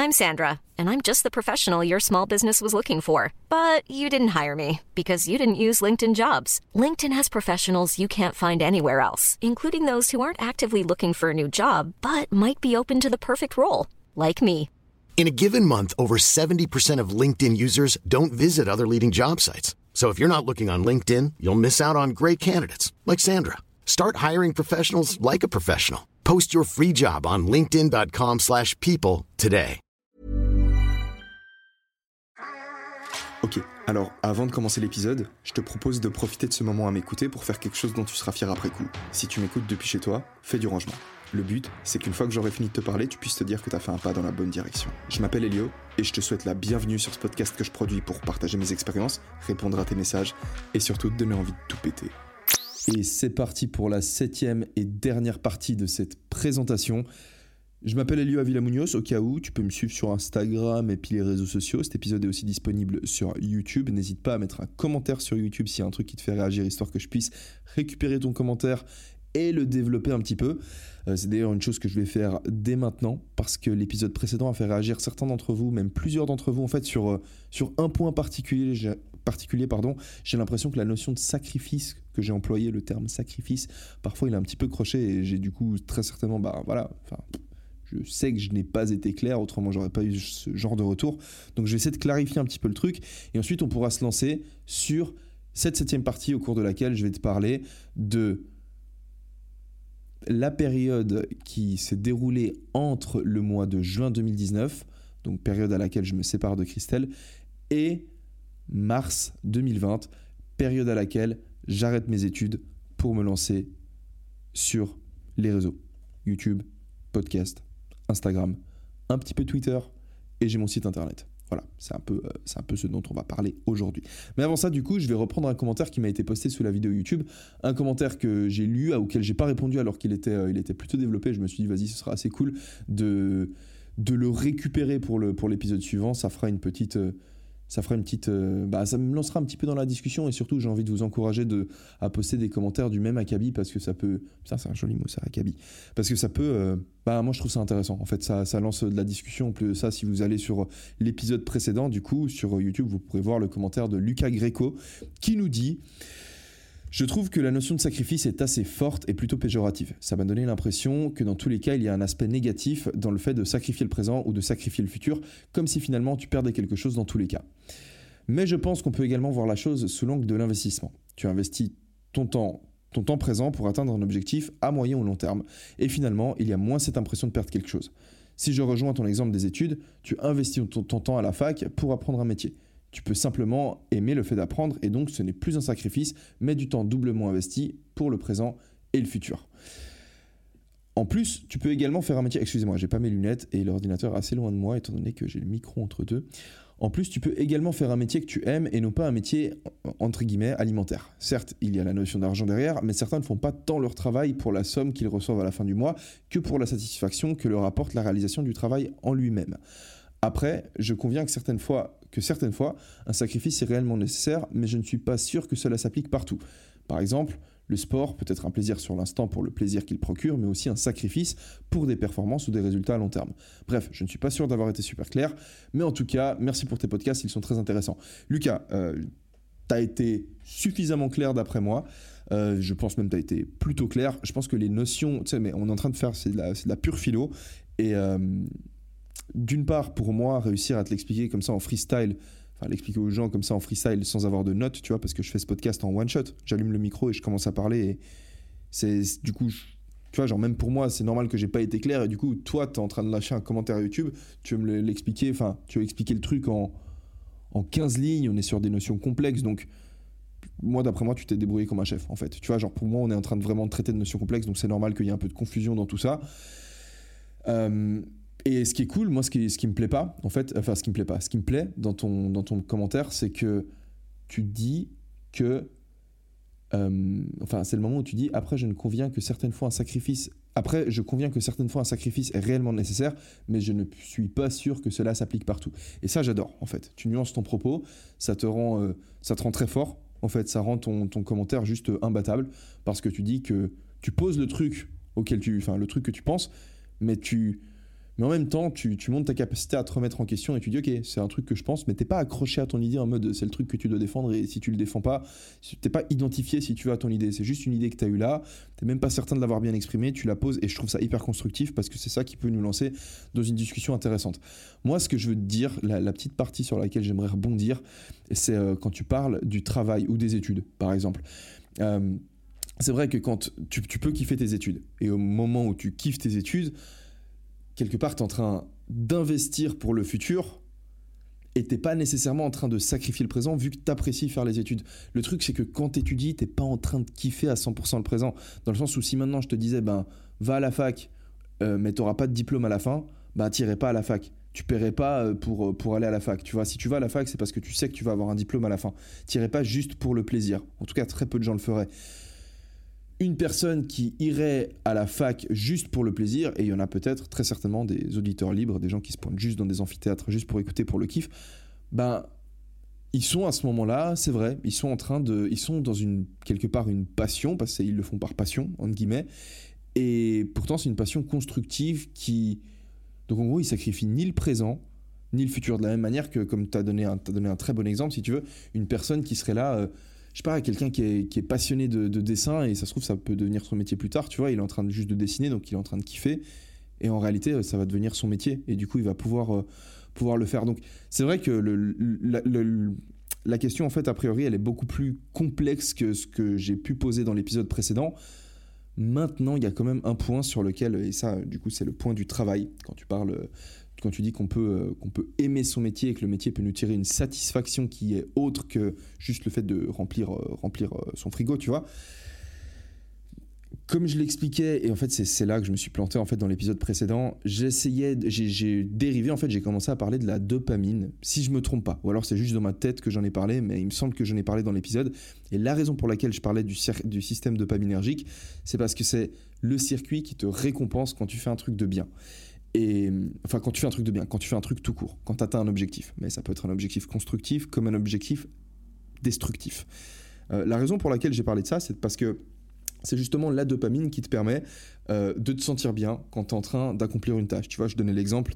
I'm Sandra, and I'm just the professional your small business was looking for. But you didn't hire me because you didn't use LinkedIn Jobs. LinkedIn has professionals you can't find anywhere else, including those who aren't actively looking for a new job, but might be open to the perfect role, like me. In a given month, over 70% of LinkedIn users don't visit other leading job sites. So if you're not looking on LinkedIn, you'll miss out on great candidates like Sandra. Start hiring professionals like a professional. Post your free job on linkedin.com/people today. Ok, alors avant de commencer l'épisode, je te propose de profiter de ce moment à m'écouter pour faire quelque chose dont tu seras fier après coup. Si tu m'écoutes depuis chez toi, fais du rangement. Le but, c'est qu'une fois que j'aurai fini de te parler, tu puisses te dire que t'as fait un pas dans la bonne direction. Je m'appelle Elio et je te souhaite la bienvenue sur ce podcast que je produis pour partager mes expériences, répondre à tes messages et surtout te donner envie de tout péter. Et c'est parti pour la 7e et dernière partie de cette présentation. Je m'appelle Elio Avila Munoz, au cas où, tu peux me suivre sur Instagram et puis les réseaux sociaux. Cet épisode est aussi disponible sur YouTube. N'hésite pas à mettre un commentaire sur YouTube s'il y a un truc qui te fait réagir, histoire que je puisse récupérer ton commentaire et le développer un petit peu. C'est d'ailleurs une chose que je vais faire dès maintenant, parce que l'épisode précédent a fait réagir certains d'entre vous, même plusieurs d'entre vous, en fait, sur un point particulier. J'ai l'impression que la notion de sacrifice, que j'ai employé le terme sacrifice, parfois il est un petit peu croché et j'ai du coup très certainement, je sais que je n'ai pas été clair, autrement j'aurais pas eu ce genre de retour. Donc je vais essayer de clarifier un petit peu le truc et ensuite on pourra se lancer sur cette 7e partie au cours de laquelle je vais te parler de la période qui s'est déroulée entre le mois de juin 2019, donc période à laquelle je me sépare de Christelle, et mars 2020, période à laquelle j'arrête mes études pour me lancer sur les réseaux. YouTube, podcast, Instagram, un petit peu Twitter et j'ai mon site internet. Voilà, c'est un peu ce dont on va parler aujourd'hui. Mais avant ça, du coup, je vais reprendre un commentaire qui m'a été posté sous la vidéo YouTube. Un commentaire que j'ai lu, auquel j'ai pas répondu alors qu'il était plutôt développé. Je me suis dit, vas-y, ce sera assez cool de le récupérer pour l'épisode suivant. Ça me lancera un petit peu dans la discussion et surtout j'ai envie de vous encourager à poster des commentaires du même acabit parce que ça peut... Putain, c'est un joli mot ça, acabit. Parce que ça peut... moi je trouve ça intéressant. En fait, ça lance de la discussion. En plus de ça, si vous allez sur l'épisode précédent, du coup, sur YouTube, vous pourrez voir le commentaire de Lucas Greco qui nous dit... Je trouve que la notion de sacrifice est assez forte et plutôt péjorative. Ça m'a donné l'impression que dans tous les cas, il y a un aspect négatif dans le fait de sacrifier le présent ou de sacrifier le futur, comme si finalement tu perdais quelque chose dans tous les cas. Mais je pense qu'on peut également voir la chose sous l'angle de l'investissement. Tu investis ton temps présent pour atteindre un objectif à moyen ou long terme. Et finalement, il y a moins cette impression de perdre quelque chose. Si je rejoins ton exemple des études, tu investis ton temps à la fac pour apprendre un métier. Tu peux simplement aimer le fait d'apprendre et donc ce n'est plus un sacrifice, mais du temps doublement investi pour le présent et le futur. En plus, tu peux également faire un métier... Excusez-moi, j'ai pas mes lunettes et l'ordinateur est assez loin de moi étant donné que j'ai le micro entre deux. En plus, tu peux également faire un métier que tu aimes et non pas un métier, entre guillemets, alimentaire. Certes, il y a la notion d'argent derrière, mais certains ne font pas tant leur travail pour la somme qu'ils reçoivent à la fin du mois que pour la satisfaction que leur apporte la réalisation du travail en lui-même. Après, je conviens que certaines fois, un sacrifice est réellement nécessaire, mais je ne suis pas sûr que cela s'applique partout. Par exemple, le sport peut être un plaisir sur l'instant pour le plaisir qu'il procure, mais aussi un sacrifice pour des performances ou des résultats à long terme. Bref, je ne suis pas sûr d'avoir été super clair, mais en tout cas, merci pour tes podcasts, ils sont très intéressants. Lucas, tu as été suffisamment clair d'après moi. Je pense même que tu as été plutôt clair. Je pense que les notions, tu sais, mais on est en train de faire, c'est de la pure philo, et... d'une part, pour moi, réussir à te l'expliquer comme ça en freestyle, enfin l'expliquer aux gens comme ça en freestyle sans avoir de notes, tu vois, parce que je fais ce podcast en one shot, j'allume le micro et je commence à parler et c'est du coup, tu vois, genre même pour moi, c'est normal que j'ai pas été clair et du coup, toi, t'es en train de lâcher un commentaire YouTube, tu veux me l'expliquer, enfin, tu veux expliquer le truc en 15 lignes, on est sur des notions complexes, donc moi, d'après moi, tu t'es débrouillé comme un chef, en fait. Tu vois, genre pour moi, on est en train de vraiment traiter de notions complexes, donc c'est normal qu'il y ait un peu de confusion dans tout ça. Et ce qui est cool, moi, ce qui me plaît pas, en fait, enfin, ce qui me plaît dans ton commentaire, c'est que tu dis que, c'est le moment où tu dis, après, je conviens que certaines fois un sacrifice est réellement nécessaire, mais je ne suis pas sûr que cela s'applique partout. Et ça, j'adore, en fait. Tu nuances ton propos, ça te rend très fort, en fait, ça rend ton commentaire juste imbattable, parce que tu dis que tu poses le truc le truc que tu penses, mais tu Mais en même temps, tu montes ta capacité à te remettre en question et tu dis ok, c'est un truc que je pense, mais t'es pas accroché à ton idée en mode c'est le truc que tu dois défendre et si tu le défends pas, t'es pas identifié si tu veux à ton idée. C'est juste une idée que t'as eue là, t'es même pas certain de l'avoir bien exprimée, tu la poses et je trouve ça hyper constructif parce que c'est ça qui peut nous lancer dans une discussion intéressante. Moi, ce que je veux te dire, la petite partie sur laquelle j'aimerais rebondir, c'est quand tu parles du travail ou des études, par exemple. C'est vrai que quand tu peux kiffer tes études et au moment où tu kiffes tes études, quelque part, tu es en train d'investir pour le futur et tu n'es pas nécessairement en train de sacrifier le présent vu que tu apprécies faire les études. Le truc, c'est que quand tu étudies, tu n'es pas en train de kiffer à 100% le présent. Dans le sens où si maintenant je te disais, va à la fac, mais tu n'auras pas de diplôme à la fin, tu n'irais pas à la fac. Tu ne paierais pas pour aller à la fac. Tu vois, si tu vas à la fac, c'est parce que tu sais que tu vas avoir un diplôme à la fin. Tu n'irais pas juste pour le plaisir. En tout cas, très peu de gens le feraient. Une personne qui irait à la fac juste pour le plaisir, et il y en a peut-être très certainement des auditeurs libres, des gens qui se pointent juste dans des amphithéâtres juste pour écouter pour le kiff, ils sont à ce moment-là, c'est vrai, ils sont dans quelque part une passion, parce qu'ils le font par passion, entre guillemets, et pourtant c'est une passion constructive donc en gros ils sacrifient ni le présent, ni le futur, de la même manière que, comme tu as donné un très bon exemple, si tu veux, une personne qui serait là... je sais pas, quelqu'un qui est passionné de dessin et ça se trouve ça peut devenir son métier plus tard, tu vois, il est en train juste de dessiner donc il est en train de kiffer et en réalité ça va devenir son métier et du coup il va pouvoir le faire. Donc c'est vrai que la question en fait a priori elle est beaucoup plus complexe que ce que j'ai pu poser dans l'épisode précédent. Maintenant il y a quand même un point sur lequel, et ça du coup c'est le point du travail, quand tu dis qu'on peut aimer son métier et que le métier peut nous tirer une satisfaction qui est autre que juste le fait de remplir son frigo, tu vois. Comme je l'expliquais, et en fait c'est là que je me suis planté en fait dans l'épisode précédent, j'ai dérivé, en fait j'ai commencé à parler de la dopamine, si je me trompe pas, ou alors c'est juste dans ma tête que j'en ai parlé, mais il me semble que j'en ai parlé dans l'épisode, et la raison pour laquelle je parlais du système dopaminergique, c'est parce que c'est le circuit qui te récompense quand tu fais un truc de bien. Et enfin, quand tu fais un truc de bien, quand tu fais un truc tout court, quand tu atteins un objectif, mais ça peut être un objectif constructif comme un objectif destructif. La raison pour laquelle j'ai parlé de ça, c'est parce que c'est justement la dopamine qui te permet de te sentir bien quand tu es en train d'accomplir une tâche. Tu vois, je donnais l'exemple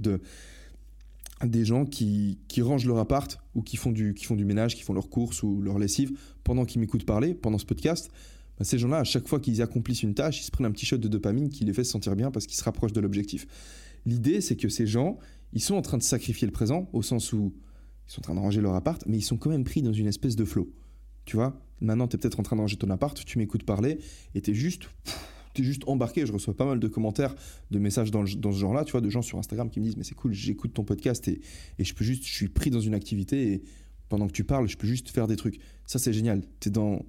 des gens qui rangent leur appart ou qui font du ménage, qui font leurs courses ou leur lessive pendant qu'ils m'écoutent parler, pendant ce podcast. Ces gens-là, à chaque fois qu'ils accomplissent une tâche, ils se prennent un petit shot de dopamine qui les fait se sentir bien parce qu'ils se rapprochent de l'objectif. L'idée, c'est que ces gens, ils sont en train de sacrifier le présent, au sens où ils sont en train de ranger leur appart, mais ils sont quand même pris dans une espèce de flow. Tu vois, maintenant, tu es peut-être en train de ranger ton appart, tu m'écoutes parler, et tu es juste embarqué. Je reçois pas mal de commentaires, de messages dans ce genre-là, tu vois, de gens sur Instagram qui me disent « Mais c'est cool, j'écoute ton podcast et je suis pris dans une activité et pendant que tu parles, je peux juste faire des trucs. » Ça, c'est génial. Tu es dans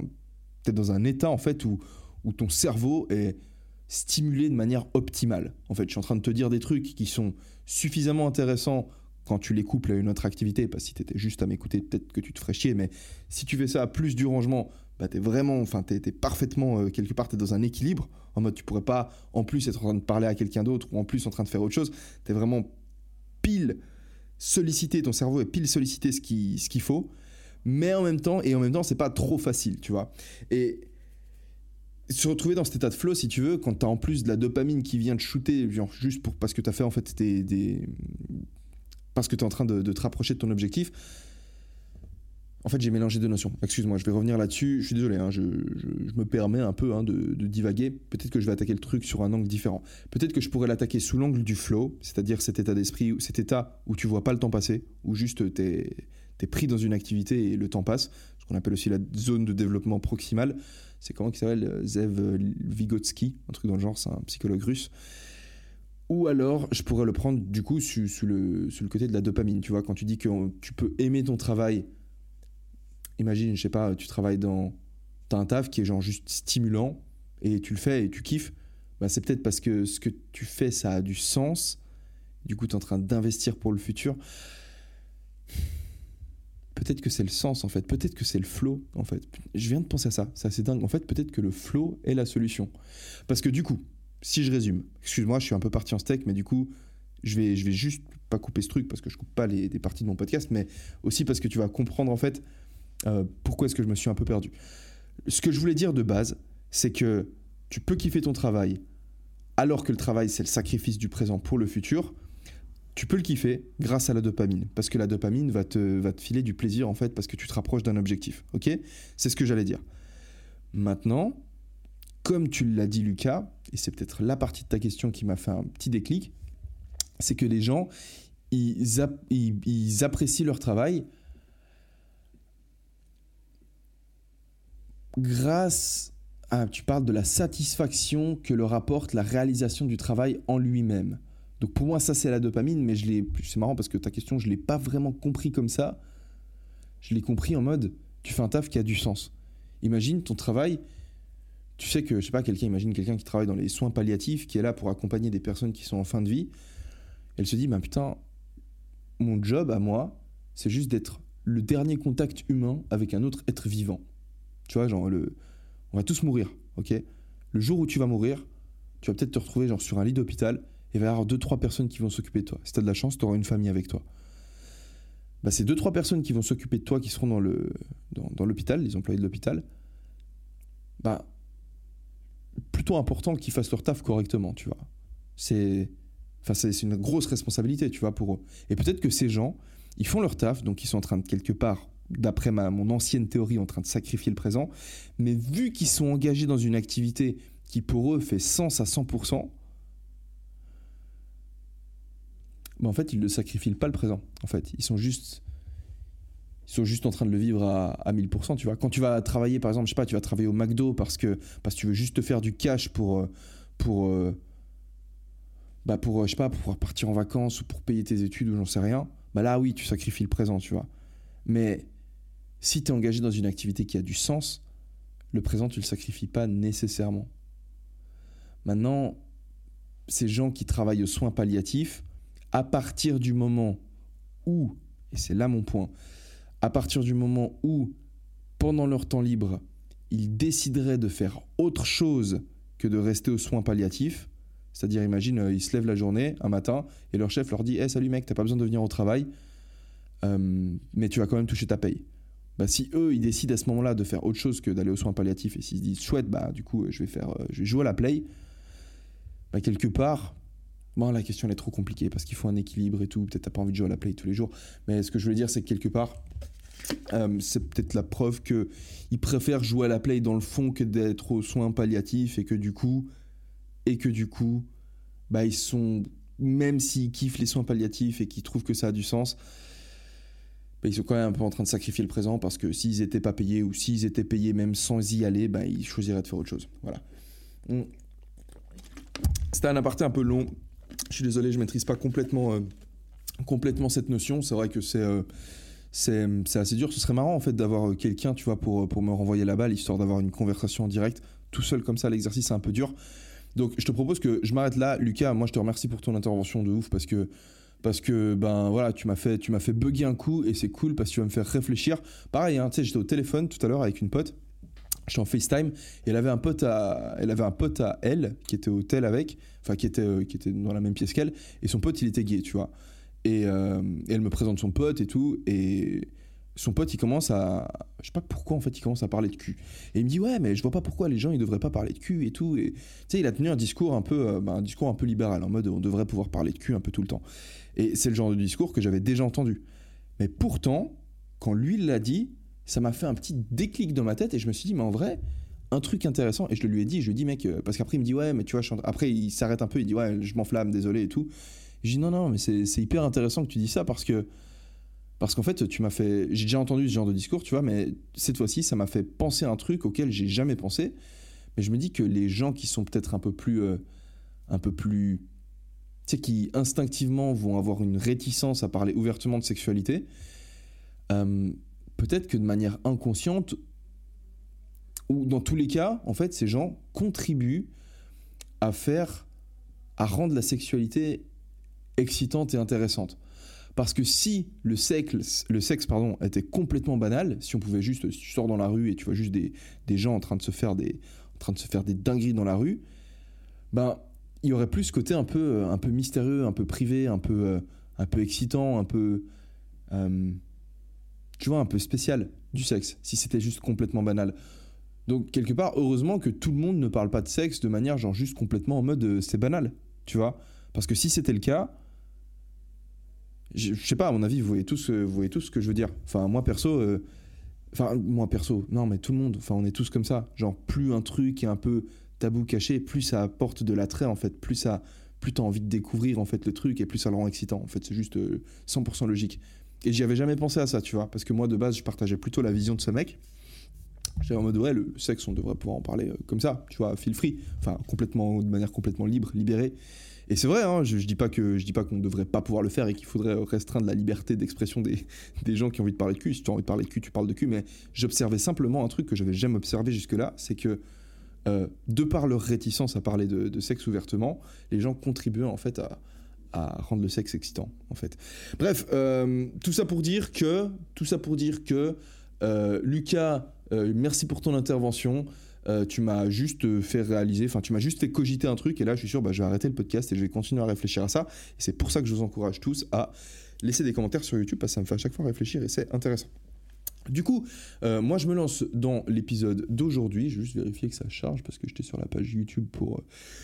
un état, en fait, où ton cerveau est stimulé de manière optimale. En fait, je suis en train de te dire des trucs qui sont suffisamment intéressants quand tu les couples à une autre activité, parce que si tu étais juste à m'écouter, peut-être que tu te ferais chier, mais si tu fais ça à plus du rangement, t'es parfaitement, quelque part, t'es dans un équilibre, en mode tu pourrais pas en plus être en train de parler à quelqu'un d'autre ou en plus en train de faire autre chose, t'es vraiment pile sollicité, ton cerveau est pile sollicité ce qu'il faut, mais en même temps, c'est pas trop facile, tu vois. Et se retrouver dans cet état de flow, si tu veux, quand t'as en plus de la dopamine qui vient te shooter, genre juste parce que t'as fait en fait parce que t'es en train de te rapprocher de ton objectif. En fait, j'ai mélangé deux notions. Excuse-moi, je vais revenir là-dessus. Je suis désolé, je me permets un peu de divaguer. Peut-être que je vais attaquer le truc sur un angle différent. Peut-être que je pourrais l'attaquer sous l'angle du flow, c'est-à-dire cet état d'esprit, cet état où tu vois pas le temps passer, où juste t'es pris dans une activité et le temps passe, ce qu'on appelle aussi la zone de développement proximal. C'est comment qu'il s'appelle, Zev Vygotsky, un truc dans le genre, c'est un psychologue russe. Ou alors, je pourrais le prendre du coup sur le côté de la dopamine. Tu vois, quand tu dis que tu peux aimer ton travail, imagine, je sais pas, tu travailles t'as un taf qui est genre juste stimulant et tu le fais et tu kiffes, c'est peut-être parce que ce que tu fais, ça a du sens. Du coup, tu es en train d'investir pour le futur. Peut-être que c'est le sens, en fait. Peut-être que c'est le flow, en fait. Je viens de penser à ça. C'est assez dingue. En fait, peut-être que le flow est la solution. Parce que du coup, si je résume, excuse-moi, je suis un peu parti en steak, mais du coup, je vais juste pas couper ce truc parce que je coupe pas des parties de mon podcast, mais aussi parce que tu vas comprendre, en fait, pourquoi est-ce que je me suis un peu perdu. Ce que je voulais dire de base, c'est que tu peux kiffer ton travail alors que le travail, c'est le sacrifice du présent pour le futur, tu peux le kiffer grâce à la dopamine. Parce que la dopamine va te filer du plaisir, en fait, parce que tu te rapproches d'un objectif. Ok ? C'est ce que j'allais dire. Maintenant, comme tu l'as dit, Lucas, et c'est peut-être la partie de ta question qui m'a fait un petit déclic, c'est que les gens, ils apprécient leur travail grâce à, tu parles de la satisfaction que leur apporte la réalisation du travail en lui-même. Donc pour moi, ça c'est la dopamine, mais c'est marrant parce que ta question, je ne l'ai pas vraiment compris comme ça. Je l'ai compris en mode, tu fais un taf qui a du sens. Imagine ton travail, tu sais que, je sais pas, imagine quelqu'un qui travaille dans les soins palliatifs, qui est là pour accompagner des personnes qui sont en fin de vie. Elle se dit, ben putain, mon job à moi, c'est juste d'être le dernier contact humain avec un autre être vivant. Tu vois, genre, on va tous mourir, ok ? Le jour où tu vas mourir, tu vas peut-être te retrouver genre sur un lit d'hôpital, et il va y avoir 2-3 personnes qui vont s'occuper de toi. Si tu as de la chance, tu auras une famille avec toi. Bah, ces 2-3 personnes qui vont s'occuper de toi, qui seront dans l'hôpital, les employés de l'hôpital, bah, plutôt important qu'ils fassent leur taf correctement, tu vois. C'est une grosse responsabilité, tu vois, pour eux. Et peut-être que ces gens, ils font leur taf, donc ils sont en train de, quelque part, d'après mon ancienne théorie, en train de sacrifier le présent, mais vu qu'ils sont engagés dans une activité qui, pour eux, fait sens à 100%, bah en fait, ils ne sacrifient pas le présent. En fait, ils sont juste en train de le vivre à 1000%, tu vois. Quand tu vas travailler, par exemple, je sais pas, tu vas travailler au McDo parce que tu veux juste te faire du cash pour je sais pas, pour pouvoir partir en vacances ou pour payer tes études ou j'en sais rien, bah là, oui, tu sacrifies le présent, tu vois. Mais si tu es engagé dans une activité qui a du sens, le présent, tu le sacrifies pas nécessairement. Maintenant, ces gens qui travaillent aux soins palliatifs, à partir du moment où, et c'est là mon point, à partir du moment où, pendant leur temps libre, ils décideraient de faire autre chose que de rester aux soins palliatifs, c'est-à-dire, imagine, ils se lèvent la journée, un matin, et leur chef leur dit « Hey, salut mec, t'as pas besoin de venir au travail, mais tu vas quand même toucher ta paye. » Bah, si eux, ils décident à ce moment-là de faire autre chose que d'aller aux soins palliatifs, et s'ils se disent « Chouette, bah, du coup, je vais jouer à la play », bah, quelque part, bon, la question elle est trop compliquée parce qu'il faut un équilibre et tout. Peut-être t'as pas envie de jouer à la play tous les jours. Mais ce que je voulais dire, c'est que quelque part, c'est peut-être la preuve qu'ils préfèrent jouer à la play dans le fond que d'être aux soins palliatifs et que du coup, bah, ils sont, même s'ils kiffent les soins palliatifs et qu'ils trouvent que ça a du sens, bah, ils sont quand même un peu en train de sacrifier le présent parce que s'ils étaient pas payés ou s'ils étaient payés même sans y aller, bah, ils choisiraient de faire autre chose. Voilà. C'était un aparté un peu long. Je suis désolé, je maîtrise pas complètement cette notion. C'est vrai que c'est assez dur. Ce serait marrant en fait d'avoir quelqu'un, tu vois, pour me renvoyer la balle, histoire d'avoir une conversation en direct. Tout seul comme ça, l'exercice c'est un peu dur. Donc je te propose que je m'arrête là. Lucas, moi je te remercie pour ton intervention de ouf parce que ben voilà, tu m'as fait bugger un coup et c'est cool parce que tu vas me faire réfléchir. Pareil, hein, tu sais, j'étais au téléphone tout à l'heure avec une pote. J'étais en FaceTime et elle avait un pote à elle qui était au tel avec, enfin qui était dans la même pièce qu'elle, et son pote il était gay, tu vois. Et elle me présente son pote et tout, et son pote il commence à, je sais pas pourquoi en fait, il commence à parler de cul. Et il me dit ouais mais je vois pas pourquoi les gens ils devraient pas parler de cul et tout. Et tu sais, il a tenu un discours un peu libéral, en mode on devrait pouvoir parler de cul un peu tout le temps. Et c'est le genre de discours que j'avais déjà entendu. Mais pourtant, quand lui il l'a dit, ça m'a fait un petit déclic dans ma tête et je me suis dit, mais en vrai, un truc intéressant, et je lui ai dit, mec, parce qu'après il me dit, ouais, mais tu vois, après il s'arrête un peu, il dit, ouais, je m'enflamme, désolé et tout. Je dis, non, mais c'est hyper intéressant que tu dis ça parce qu'en fait, j'ai déjà entendu ce genre de discours, tu vois, mais cette fois-ci, ça m'a fait penser à un truc auquel j'ai jamais pensé. Mais je me dis que les gens qui sont peut-être un peu plus, tu sais, qui instinctivement vont avoir une réticence à parler ouvertement de sexualité, peut-être que de manière inconsciente, ou dans tous les cas, en fait, ces gens contribuent à rendre la sexualité excitante et intéressante. Parce que si le sexe était complètement banal, si tu sors dans la rue et tu vois juste des gens en train de se faire des dingueries dans la rue, ben il y aurait plus ce côté un peu mystérieux, un peu privé, un peu excitant, un peu tu vois, un peu spécial du sexe, si c'était juste complètement banal. Donc, quelque part, heureusement que tout le monde ne parle pas de sexe de manière genre juste complètement en mode c'est banal, tu vois. Parce que si c'était le cas, je sais pas, à mon avis, vous voyez tous ce que je veux dire. Enfin, moi perso, non, mais tout le monde, enfin, on est tous comme ça. Genre, plus un truc est un peu tabou, caché, plus ça apporte de l'attrait, en fait. Plus t'as envie de découvrir, en fait, le truc, et plus ça le rend excitant. En fait, c'est juste 100% logique. Et j'y avais jamais pensé à ça, tu vois. Parce que moi, de base, je partageais plutôt la vision de ce mec. J'étais en mode, ouais, le sexe, on devrait pouvoir en parler comme ça, tu vois, feel free. Enfin, de manière complètement libre, libérée. Et c'est vrai, hein, je dis pas qu'on ne devrait pas pouvoir le faire et qu'il faudrait restreindre la liberté d'expression des gens qui ont envie de parler de cul. Si tu as envie de parler de cul, tu parles de cul. Mais j'observais simplement un truc que j'avais jamais observé jusque-là, c'est que de par leur réticence à parler de sexe ouvertement, les gens contribuaient en fait à rendre le sexe excitant, en fait. Bref, tout ça pour dire que Lucas, merci pour ton intervention. Tu m'as juste fait cogiter un truc, et là je suis sûr, je vais arrêter le podcast et je vais continuer à réfléchir à ça. Et c'est pour ça que je vous encourage tous à laisser des commentaires sur YouTube, parce que ça me fait à chaque fois réfléchir et c'est intéressant. Du coup, moi je me lance dans l'épisode d'aujourd'hui. Je vais juste vérifier que ça charge parce que j'étais sur la page YouTube pour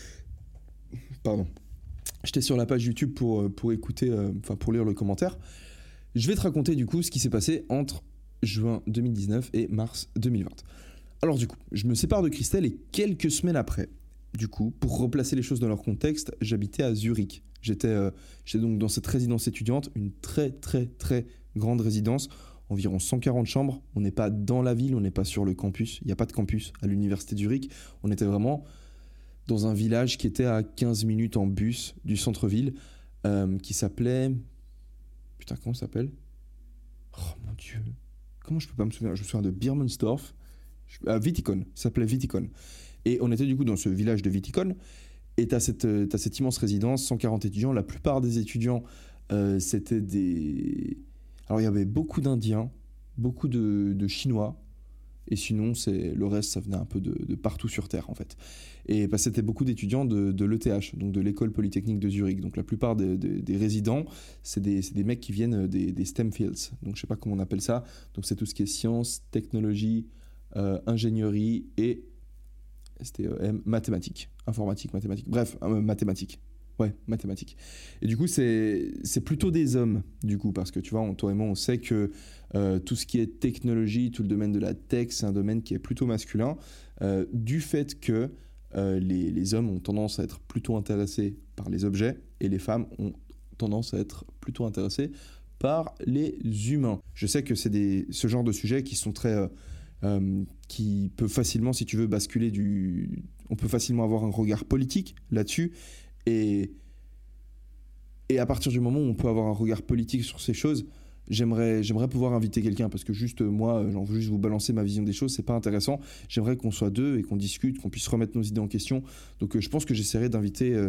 écouter, pour lire le commentaire. Je vais te raconter du coup ce qui s'est passé entre juin 2019 et mars 2020. Alors du coup, je me sépare de Christelle et quelques semaines après, du coup, pour replacer les choses dans leur contexte, j'habitais à Zurich. J'étais donc dans cette résidence étudiante, une très très très grande résidence, environ 140 chambres. On n'est pas dans la ville, on n'est pas sur le campus, il n'y a pas de campus à l'université de Zurich. On était vraiment dans un village qui était à 15 minutes en bus du centre-ville, qui s'appelait... Putain, comment ça s'appelle ? Oh mon Dieu, comment je peux pas me souvenir ? Je me souviens de Birmensdorf. Wittikon, ça s'appelait Wittikon. Et on était du coup dans ce village de Wittikon, et t'as cette immense résidence, 140 étudiants. La plupart des étudiants, c'était des... Alors il y avait beaucoup d'Indiens, beaucoup de Chinois, et sinon le reste, ça venait un peu de partout sur Terre en fait. Et c'était beaucoup d'étudiants de l'ETH, donc de l'école polytechnique de Zurich. Donc la plupart des résidents, c'est des mecs qui viennent des STEM fields. Donc je sais pas comment on appelle ça. Donc c'est tout ce qui est sciences, technologie, ingénierie et mathématiques, informatique, mathématiques, bref, mathématiques. Ouais, mathématiques. Et du coup, c'est plutôt des hommes, du coup, parce que tu vois, toi et moi, on sait que tout ce qui est technologie, tout le domaine de la tech, c'est un domaine qui est plutôt masculin, du fait que les hommes ont tendance à être plutôt intéressés par les objets et les femmes ont tendance à être plutôt intéressées par les humains. Je sais que c'est ce genre de sujets qui sont très... qui peut facilement, si tu veux, basculer on peut facilement avoir un regard politique là-dessus, et à partir du moment où on peut avoir un regard politique sur ces choses, j'aimerais pouvoir inviter quelqu'un, parce que juste moi, j'en veux juste vous balancer ma vision des choses, c'est pas intéressant. J'aimerais qu'on soit deux et qu'on discute, qu'on puisse remettre nos idées en question. Donc je pense que j'essaierai d'inviter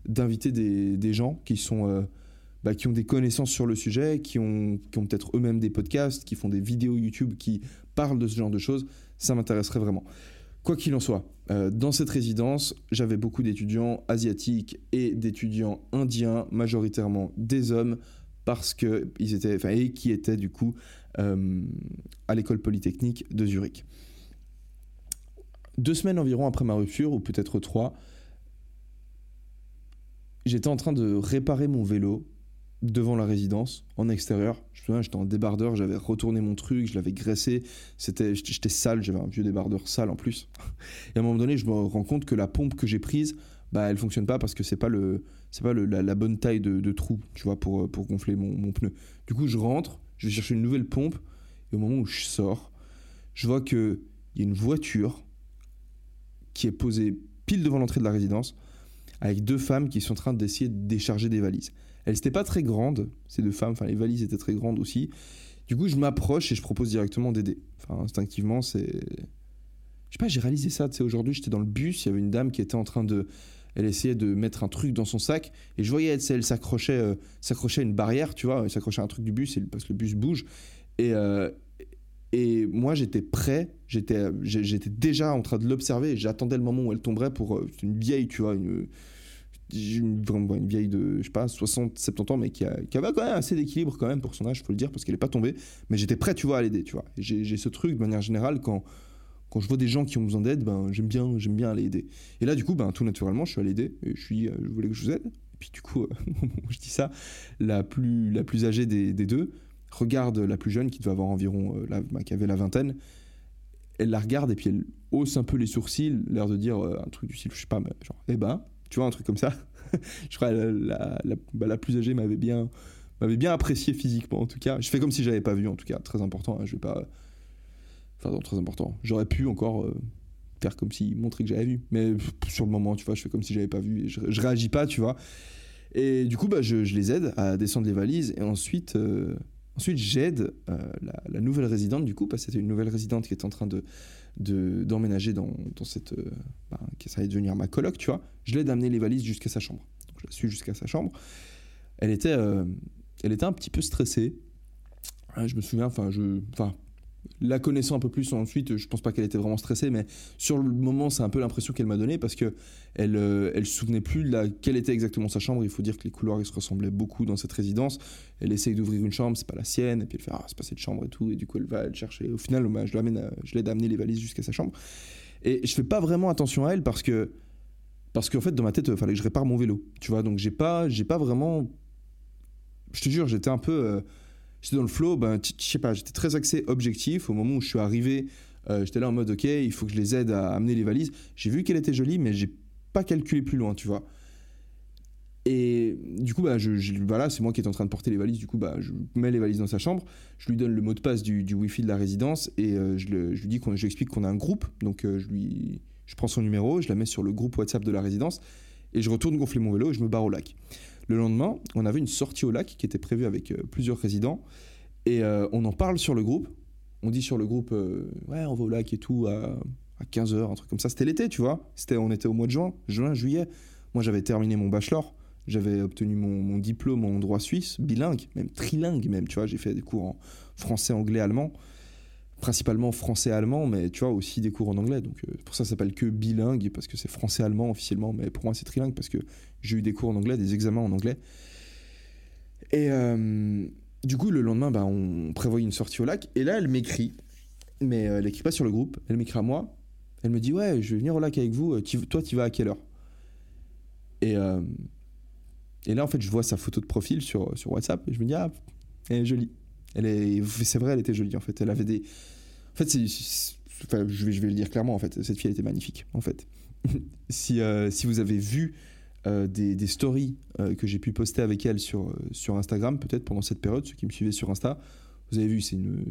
des gens qui sont... qui ont des connaissances sur le sujet, qui ont peut-être eux-mêmes des podcasts, qui font des vidéos YouTube, qui parlent de ce genre de choses. Ça m'intéresserait vraiment. Quoi qu'il en soit, dans cette résidence, j'avais beaucoup d'étudiants asiatiques et d'étudiants indiens, majoritairement des hommes, parce qu'ils étaient, qui étaient du coup à l'école polytechnique de Zurich. 2 semaines environ après ma rupture, ou peut-être 3, j'étais en train de réparer mon vélo devant la résidence, en extérieur. Je me souviens, j'étais en débardeur, j'avais retourné mon truc, je l'avais graissé, j'étais sale, j'avais un vieux débardeur sale en plus. Et à un moment donné, je me rends compte que la pompe que j'ai prise, elle fonctionne pas, parce que c'est pas la bonne taille de trou, tu vois, pour gonfler mon pneu. Du coup, je rentre, je vais chercher une nouvelle pompe, et au moment où je sors, je vois qu'il y a une voiture qui est posée pile devant l'entrée de la résidence, avec 2 femmes qui sont en train d'essayer de décharger des valises. Elles n'étaient pas très grandes, ces 2 femmes, les valises étaient très grandes aussi. Du coup, je m'approche et je propose directement d'aider. Instinctivement, Je sais pas, j'ai réalisé ça, aujourd'hui, j'étais dans le bus, il y avait une dame qui était en train elle essayait de mettre un truc dans son sac, et je voyais, elle s'accrochait à une barrière, tu vois, elle s'accrochait à un truc du bus, parce que le bus bouge. Et moi, j'étais prêt, j'étais déjà en train de l'observer, et j'attendais le moment où elle tomberait c'est une vieille, tu vois, une vieille de, je sais pas, 60-70 ans, mais qui avait quand même assez d'équilibre quand même pour son âge, faut le dire, parce qu'elle est pas tombée. Mais j'étais prêt, tu vois, à l'aider, tu vois. Et j'ai ce truc, de manière générale, quand quand je vois des gens qui ont besoin d'aide, ben, j'aime bien aller aider. Et là, du coup, ben, tout naturellement, je suis allé aider. Et je voulais que je vous aide. Et puis, du coup, je dis ça, la plus âgée des deux regarde la plus jeune, qui devait avoir environ, qui avait la vingtaine. Elle la regarde et puis elle hausse un peu les sourcils, l'air de dire un truc du style, je sais pas, genre, eh ben, tu vois, un truc comme ça. Je crois que la plus âgée m'avait bien apprécié physiquement, en tout cas. Je fais comme si j'avais pas vu, en tout cas, très important. Hein, je vais pas. Enfin, non, très important. J'aurais pu encore faire comme si, montrer que j'avais vu. Mais sur le moment, tu vois, je fais comme si j'avais pas vu et je réagis pas, tu vois. Et du coup, bah, je les aide à descendre les valises et ensuite j'aide la nouvelle résidente, du coup, parce que c'était une nouvelle résidente qui était en train d'emménager dans cette. Qui ça allait devenir ma coloc, tu vois. Je l'aide à amener les valises jusqu'à sa chambre. Donc, je la suis jusqu'à sa chambre. Elle était un petit peu stressée. Je me souviens, la connaissant un peu plus ensuite, je pense pas qu'elle était vraiment stressée, mais sur le moment, c'est un peu l'impression qu'elle m'a donnée parce que elle se souvenait plus de quelle était exactement sa chambre. Il faut dire que les couloirs ils se ressemblaient beaucoup dans cette résidence. Elle essaye d'ouvrir une chambre, c'est pas la sienne, et puis elle fait c'est pas cette chambre et tout, et du coup elle va le chercher. Au final, je l'aide à amener les valises jusqu'à sa chambre, et je fais pas vraiment attention à elle parce qu'en fait dans ma tête, il fallait que je répare mon vélo, tu vois. Donc j'ai pas vraiment, je te jure, j'étais un peu j'étais dans le flow, je sais pas, j'étais très axé objectif. Au moment où je suis arrivé, j'étais là en mode ok, il faut que je les aide à amener les valises. J'ai vu qu'elle était jolie, mais j'ai pas calculé plus loin, tu vois. Et du coup, voilà, c'est moi qui étais en train de porter les valises. Du coup, je mets les valises dans sa chambre, je lui donne le mot de passe du Wi-Fi de la résidence et je lui dis je lui explique qu'on a un groupe. Donc je prends son numéro, je la mets sur le groupe WhatsApp de la résidence et je retourne gonfler mon vélo et je me barre au lac. Le lendemain, on avait une sortie au lac qui était prévue avec plusieurs résidents et on en parle sur le groupe. On dit sur le groupe, ouais, on va au lac et tout à 15h, un truc comme ça. C'était l'été, tu vois. On était au mois de juillet. Moi, j'avais terminé mon bachelor. J'avais obtenu mon diplôme en droit suisse, bilingue, même trilingue même, tu vois. J'ai fait des cours en français, anglais, allemand. Principalement français-allemand, mais tu vois, aussi des cours en anglais. Donc pour ça s'appelle que bilingue, parce que c'est français-allemand officiellement, mais pour moi c'est trilingue, parce que j'ai eu des cours en anglais, des examens en anglais. Et du coup, le lendemain, on prévoit une sortie au lac, et là, elle m'écrit, mais elle n'écrit pas sur le groupe, elle m'écrit à moi, elle me dit « Ouais, je vais venir au lac avec vous, toi, tu vas à quelle heure ?» Et là, en fait, je vois sa photo de profil sur WhatsApp, et je me dis « Ah, elle est jolie. » C'est vrai, elle était jolie en fait. Elle avait des. En fait, je vais le dire clairement. En fait, cette fille, elle était magnifique. En fait, si vous avez vu des stories que j'ai pu poster avec elle sur Instagram, peut-être pendant cette période, ceux qui me suivaient sur Insta, vous avez vu, c'est une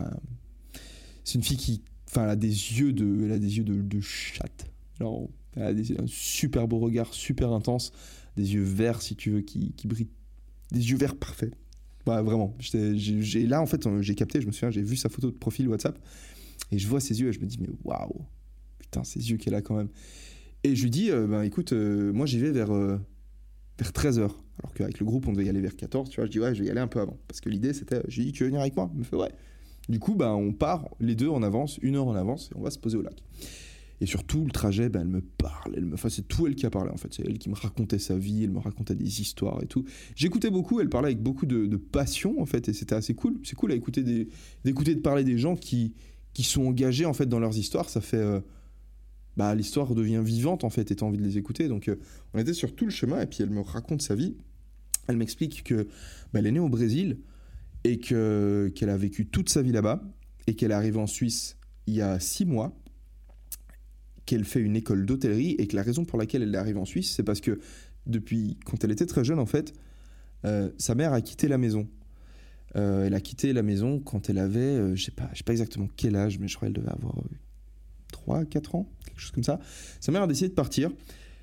fille qui, elle a des yeux de chatte. Genre, elle a un super beau regard, super intense, des yeux verts si tu veux qui brillent, des yeux verts parfaits. Ouais, vraiment. Là, en fait, j'ai capté, je me souviens, j'ai vu sa photo de profil WhatsApp et je vois ses yeux et je me dis, mais waouh, putain, ces yeux qu'elle a quand même. Et je lui dis, écoute, moi j'y vais vers 13h. Alors qu'avec le groupe, on devait y aller vers 14, tu vois. Je dis, ouais, je vais y aller un peu avant. Parce que l'idée, c'était, je lui dis, tu veux venir avec moi ? Elle me fait, ouais. Du coup, on part les deux en avance, 1 heure en avance, et on va se poser au lac. Et sur tout le trajet, elle me parle, c'est tout elle qui a parlé en fait. C'est elle qui me racontait sa vie, elle me racontait des histoires et tout. J'écoutais beaucoup, elle parlait avec beaucoup de passion en fait, et c'était assez cool. C'est cool à écouter d'écouter de parler des gens qui sont engagés en fait dans leurs histoires. Ça fait l'histoire devient vivante en fait, et t'as envie de les écouter. Donc on était sur tout le chemin et puis elle me raconte sa vie. Elle m'explique que elle est née au Brésil et qu'elle a vécu toute sa vie là-bas et qu'elle est arrivée en Suisse il y a 6 mois. Qu'elle fait une école d'hôtellerie et que la raison pour laquelle elle est arrivée en Suisse, c'est parce que depuis quand elle était très jeune en fait, sa mère a quitté la maison. Elle a quitté la maison quand elle avait, je sais pas exactement quel âge, mais je crois qu'elle devait avoir 3-4 ans, quelque chose comme ça. Sa mère a décidé de partir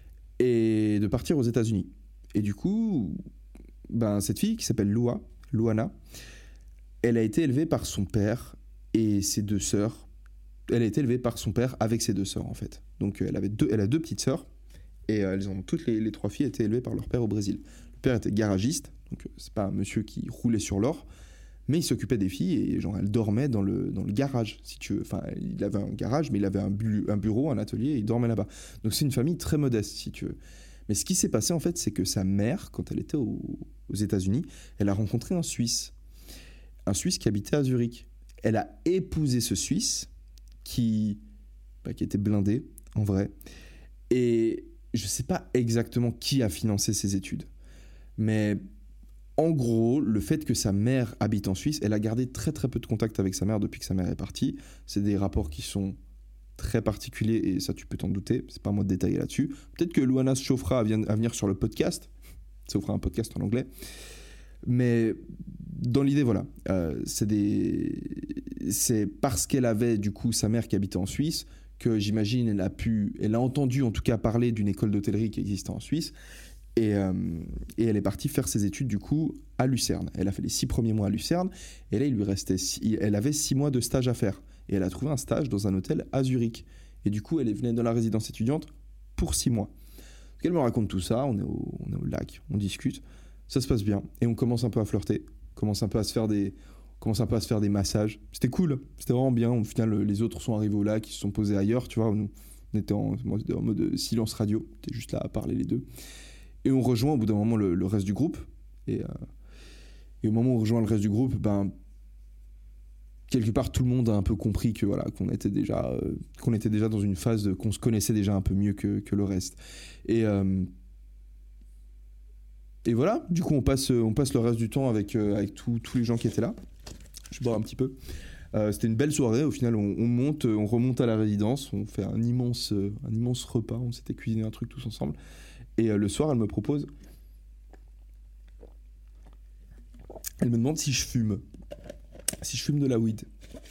aux États-Unis. Et du coup, cette fille qui s'appelle Luana, elle a été élevée par son père et ses 2 sœurs. Elle a été élevée par son père avec ses 2 sœurs en fait. Donc elle a 2 petites sœurs et elles ont toutes les 3 filles étaient élevées par leur père au Brésil. Le père était garagiste, donc c'est pas un monsieur qui roulait sur l'or, mais il s'occupait des filles et genre elle dormait dans le garage si tu veux. Enfin, il avait un garage mais il avait un bureau, un atelier et il dormait là-bas. Donc c'est une famille très modeste si tu veux. Mais ce qui s'est passé en fait, c'est que sa mère, quand elle était aux États-Unis, elle a rencontré un Suisse qui habitait à Zurich. Elle a épousé ce Suisse qui qui était blindé, en vrai. Et je sais pas exactement qui a financé ses études. Mais en gros, le fait que sa mère habite en Suisse, elle a gardé très très peu de contact avec sa mère depuis que sa mère est partie. C'est des rapports qui sont très particuliers et ça tu peux t'en douter, c'est pas à moi de détailler là-dessus. Peut-être que Louana se chauffera à venir sur le podcast, ça vous fera un podcast en anglais. Mais dans l'idée, voilà, c'est parce qu'elle avait du coup sa mère qui habitait en Suisse que j'imagine elle a entendu en tout cas parler d'une école d'hôtellerie qui existait en Suisse et elle est partie faire ses études du coup à Lucerne. Elle a fait les 6 premiers mois à Lucerne et là elle avait 6 mois de stage à faire et elle a trouvé un stage dans un hôtel à Zurich et du coup elle venait dans la résidence étudiante pour 6 mois. Donc elle me raconte tout ça, on est au lac, on discute. Ça se passe bien et on commence un peu à flirter, commence un peu à se faire des massages. C'était cool, c'était vraiment bien. Au final, les autres sont arrivés au lac, ils se sont posés ailleurs, tu vois. Nous, on était en mode silence radio, on était juste là à parler les deux. Et on rejoint au bout d'un moment le reste du groupe. Et au moment où on rejoint le reste du groupe, quelque part tout le monde a un peu compris que voilà qu'on était déjà dans une phase qu'on se connaissait déjà un peu mieux que le reste. Et voilà, du coup on passe le reste du temps avec tous les gens qui étaient là. Je bois un petit peu. C'était une belle soirée, au final on remonte à la résidence, on fait un immense repas, on s'était cuisiné un truc tous ensemble. Et le soir elle me demande si je fume de la weed.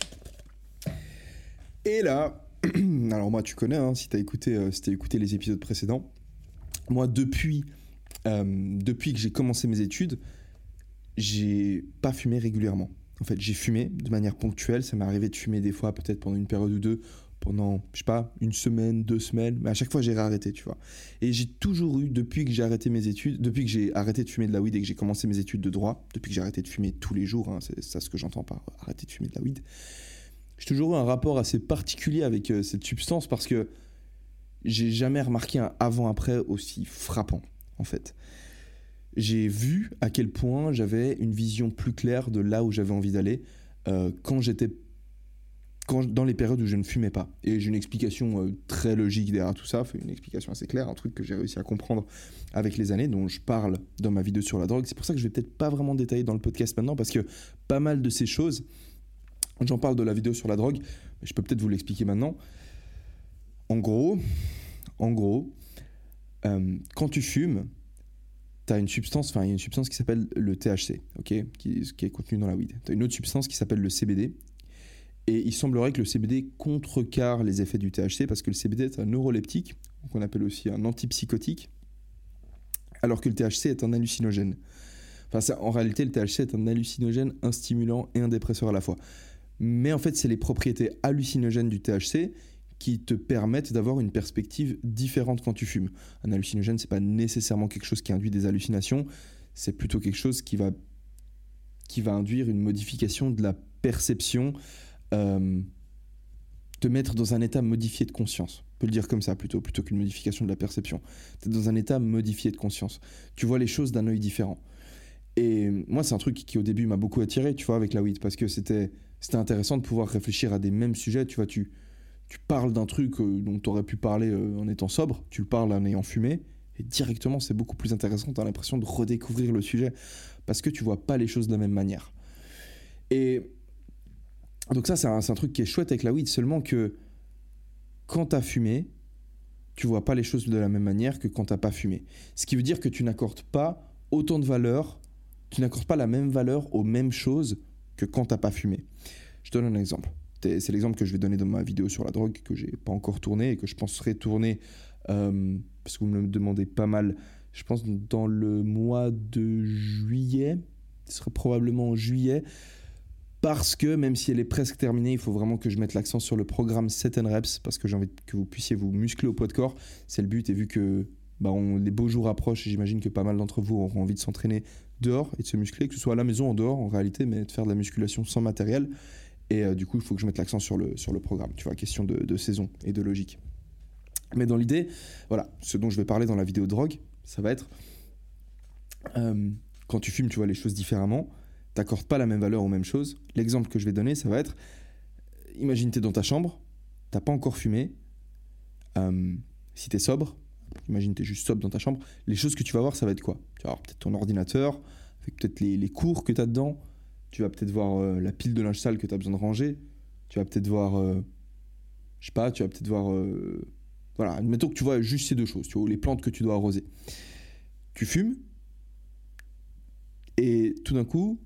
Et là, alors moi tu connais, hein, si t'as écouté les épisodes précédents, moi depuis que j'ai commencé mes études, j'ai pas fumé régulièrement. En fait, j'ai fumé de manière ponctuelle. Ça m'est arrivé de fumer des fois, peut-être pendant une période ou deux, pendant, je sais pas, 1 semaine, 2 semaines. Mais à chaque fois, j'ai réarrêté, tu vois. Et j'ai toujours eu, depuis que j'ai arrêté mes études, depuis que j'ai arrêté de fumer de la weed et que j'ai commencé mes études de droit, depuis que j'ai arrêté de fumer tous les jours, hein, c'est ça ce que j'entends par arrêter de fumer de la weed, j'ai toujours eu un rapport assez particulier avec cette substance parce que j'ai jamais remarqué un avant-après aussi frappant. En fait, j'ai vu à quel point j'avais une vision plus claire de là où j'avais envie d'aller dans les périodes où je ne fumais pas. Et j'ai une explication très logique derrière tout ça, une explication assez claire, un truc que j'ai réussi à comprendre avec les années, dont je parle dans ma vidéo sur la drogue. C'est pour ça que je vais peut-être pas vraiment détailler dans le podcast maintenant, parce que pas mal de ces choses, j'en parle de la vidéo sur la drogue, mais je peux peut-être vous l'expliquer maintenant. En gros, quand tu fumes, tu as une substance qui s'appelle le THC, okay, qui est contenu dans la weed. Tu as une autre substance qui s'appelle le CBD. Et il semblerait que le CBD contrecarre les effets du THC parce que le CBD est un neuroleptique, qu'on appelle aussi un antipsychotique, alors que le THC est un hallucinogène. En réalité, le THC est un hallucinogène, un stimulant et un dépresseur à la fois. Mais en fait, c'est les propriétés hallucinogènes du THC qui te permettent d'avoir une perspective différente quand tu fumes. Un hallucinogène, c'est pas nécessairement quelque chose qui induit des hallucinations, c'est plutôt quelque chose qui va induire une modification de la perception, te mettre dans un état modifié de conscience. On peut le dire comme ça plutôt qu'une modification de la perception. Tu es dans un état modifié de conscience. Tu vois les choses d'un œil différent. Et moi, c'est un truc qui au début m'a beaucoup attiré, tu vois, avec la weed, parce que c'était intéressant de pouvoir réfléchir à des mêmes sujets, tu vois, tu parles d'un truc dont tu aurais pu parler en étant sobre, tu le parles en ayant fumé, et directement c'est beaucoup plus intéressant, tu as l'impression de redécouvrir le sujet, parce que tu vois pas les choses de la même manière. Et donc ça, c'est un truc qui est chouette avec la weed, seulement que quand tu as fumé, tu vois pas les choses de la même manière que quand tu n'as pas fumé. Ce qui veut dire que tu n'accordes pas autant de valeur, tu n'accordes pas la même valeur aux mêmes choses que quand tu n'as pas fumé. Je te donne un exemple. C'est l'exemple que je vais donner dans ma vidéo sur la drogue que j'ai pas encore tournée et que je penserai tourner parce que vous me le demandez pas mal. Je pense dans le mois de juillet, ce sera probablement en juillet, parce que même si elle est presque terminée, il faut vraiment que je mette l'accent sur le programme Set and Reps parce que j'ai envie que vous puissiez vous muscler au poids de corps. C'est le but, et vu que les beaux jours approchent, et j'imagine que pas mal d'entre vous auront envie de s'entraîner dehors et de se muscler, que ce soit à la maison ou en dehors en réalité, mais de faire de la musculation sans matériel. Et du coup, il faut que je mette l'accent sur le programme, tu vois, question de saison et de logique. Mais dans l'idée, voilà, ce dont je vais parler dans la vidéo drogue, ça va être quand tu fumes, tu vois les choses différemment, t'accordes pas la même valeur aux mêmes choses. L'exemple que je vais donner, ça va être, imagine t'es dans ta chambre, t'as pas encore fumé, Si t'es sobre, imagine t'es juste sobre dans ta chambre, les choses que tu vas voir, ça va être quoi? Tu vas voir peut-être ton ordinateur, avec peut-être les cours que t'as dedans, tu vas peut-être voir la pile de linge sale que t'as besoin de ranger, tu vas peut-être voir, voilà, admettons que tu vois juste ces deux choses, tu vois, les plantes que tu dois arroser. Tu fumes, et tout d'un coup,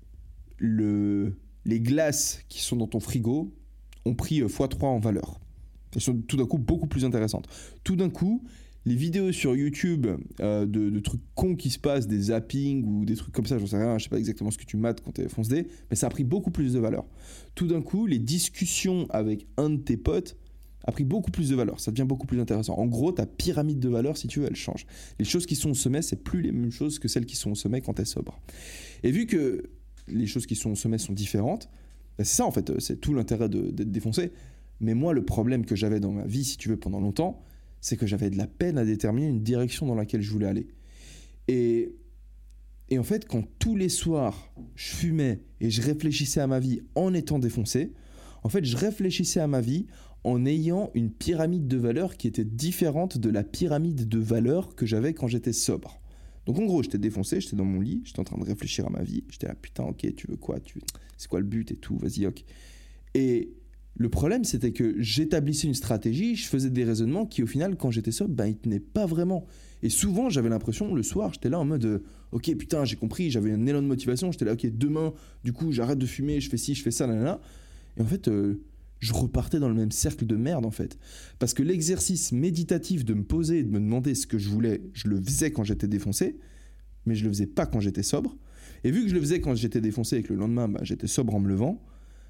les glaces qui sont dans ton frigo ont pris x3 en valeur. Elles sont tout d'un coup beaucoup plus intéressantes. Tout d'un coup, les vidéos sur YouTube de trucs cons qui se passent, des zappings ou des trucs comme ça, j'en sais rien, je sais pas exactement ce que tu mates quand t'es fonce-dé, mais ça a pris beaucoup plus de valeur. Tout d'un coup, les discussions avec un de tes potes a pris beaucoup plus de valeur, ça devient beaucoup plus intéressant. En gros, ta pyramide de valeur, si tu veux, elle change. Les choses qui sont au sommet, c'est plus les mêmes choses que celles qui sont au sommet quand t'es sobre. Et vu que les choses qui sont au sommet sont différentes, c'est ça en fait, c'est tout l'intérêt d'être défoncé. Mais moi, le problème que j'avais dans ma vie, si tu veux, pendant longtemps, c'est que j'avais de la peine à déterminer une direction dans laquelle je voulais aller. Et en fait, quand tous les soirs, je fumais et je réfléchissais à ma vie en étant défoncé, en fait, je réfléchissais à ma vie en ayant une pyramide de valeurs qui était différente de la pyramide de valeurs que j'avais quand j'étais sobre. Donc en gros, j'étais défoncé, j'étais dans mon lit, j'étais en train de réfléchir à ma vie, j'étais là, putain, ok, tu veux quoi, c'est quoi le but et tout, vas-y, ok. Et le problème, c'était que j'établissais une stratégie, je faisais des raisonnements qui, au final, quand j'étais sobre, ils tenaient pas vraiment. Et souvent, j'avais l'impression, le soir, j'étais là en mode ok, putain, j'ai compris, j'avais un élan de motivation, j'étais là, ok, demain, du coup, j'arrête de fumer, je fais ci, je fais ça, nanana. Et en fait, je repartais dans le même cercle de merde, en fait. Parce que l'exercice méditatif de me poser et de me demander ce que je voulais, je le faisais quand j'étais défoncé, mais je le faisais pas quand j'étais sobre. Et vu que je le faisais quand j'étais défoncé et que le lendemain, j'étais sobre en me levant,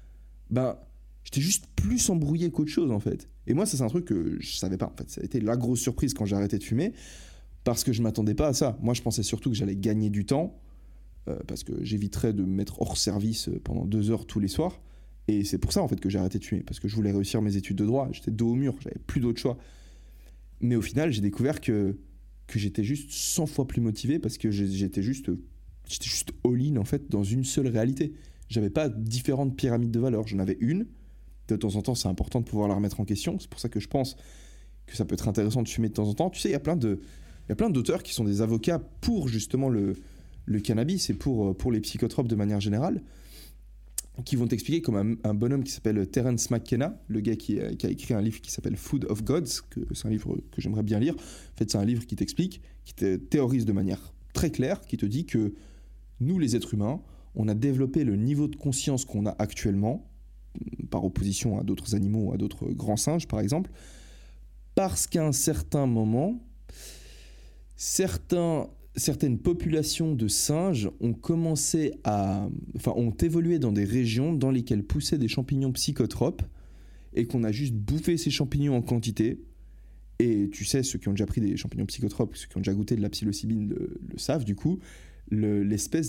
j'étais juste plus embrouillé qu'autre chose, en fait. Et moi, ça, c'est un truc que je savais pas, en fait. Ça a été la grosse surprise quand j'ai arrêté de fumer, parce que je m'attendais pas à ça. Moi, je pensais surtout que j'allais gagner du temps, parce que j'éviterais de me mettre hors service pendant 2 heures tous les soirs. Et c'est pour ça, en fait, que j'ai arrêté de fumer, parce que je voulais réussir mes études de droit. J'étais dos au mur, j'avais plus d'autre choix. Mais au final, j'ai découvert que j'étais juste 100 fois plus motivé, parce que j'étais juste all-in, en fait, dans une seule réalité. J'avais pas différentes pyramides de valeurs. J'en avais une. De temps en temps, c'est important de pouvoir la remettre en question. C'est pour ça que je pense que ça peut être intéressant de fumer de temps en temps. Tu sais, il y a plein d'auteurs qui sont des avocats pour justement le cannabis et pour les psychotropes de manière générale, qui vont t'expliquer comme un bonhomme qui s'appelle Terence McKenna, le gars qui a écrit un livre qui s'appelle Food of Gods, c'est un livre que j'aimerais bien lire. En fait, c'est un livre qui t'explique, qui te théorise de manière très claire, qui te dit que nous, les êtres humains, on a développé le niveau de conscience qu'on a actuellement, par opposition à d'autres animaux ou à d'autres grands singes, par exemple, parce qu'à un certain moment, certaines populations de singes ont ont évolué dans des régions dans lesquelles poussaient des champignons psychotropes et qu'on a juste bouffé ces champignons en quantité. Et tu sais, ceux qui ont déjà pris des champignons psychotropes, ceux qui ont déjà goûté de la psilocybine le savent, du coup, le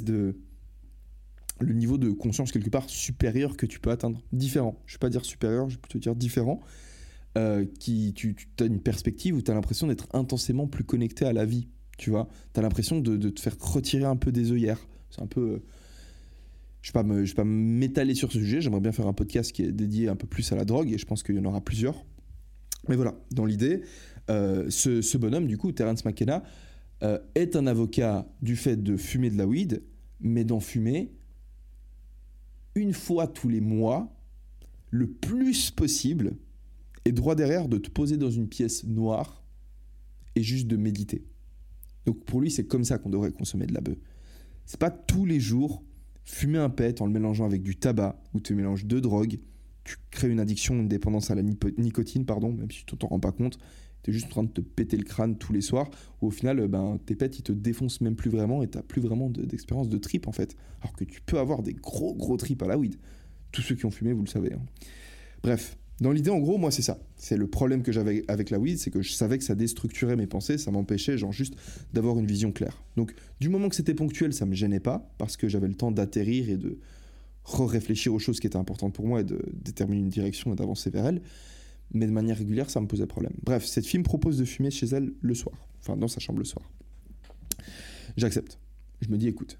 niveau de conscience quelque part supérieur que tu peux atteindre. Différent. Je ne vais pas dire supérieur, je vais plutôt dire différent. Tu as une perspective où tu as l'impression d'être intensément plus connecté à la vie. Tu vois, tu as l'impression de te faire retirer un peu des œillères. C'est un peu... je ne vais pas m'étaler sur ce sujet. J'aimerais bien faire un podcast qui est dédié un peu plus à la drogue et je pense qu'il y en aura plusieurs. Mais voilà, dans l'idée, ce bonhomme, du coup, Terence McKenna, est un avocat du fait de fumer de la weed, mais d'en fumer une fois tous les mois, le plus possible, et droit derrière de te poser dans une pièce noire et juste de méditer. Donc pour lui, c'est comme ça qu'on devrait consommer de la bœuf. C'est pas tous les jours fumer un pet en le mélangeant avec du tabac ou tu mélanges 2 drogues, tu crées une addiction, une dépendance à la nicotine, même si tu t'en rends pas compte. T'es juste en train de te péter le crâne tous les soirs, où au final, tes pets, ils te défoncent même plus vraiment et t'as plus vraiment d'expérience de trip, en fait. Alors que tu peux avoir des gros trips à la weed. Tous ceux qui ont fumé, vous le savez. Hein. Bref, dans l'idée, en gros, moi, c'est ça. C'est le problème que j'avais avec la weed, c'est que je savais que ça déstructurait mes pensées, ça m'empêchait, juste d'avoir une vision claire. Donc, du moment que c'était ponctuel, ça me gênait pas, parce que j'avais le temps d'atterrir et de réfléchir aux choses qui étaient importantes pour moi et de déterminer une direction et d'avancer vers elles. Mais de manière régulière, ça me posait problème. Bref, cette fille me propose de fumer chez elle le soir. Enfin, dans sa chambre le soir. J'accepte. Je me dis, écoute...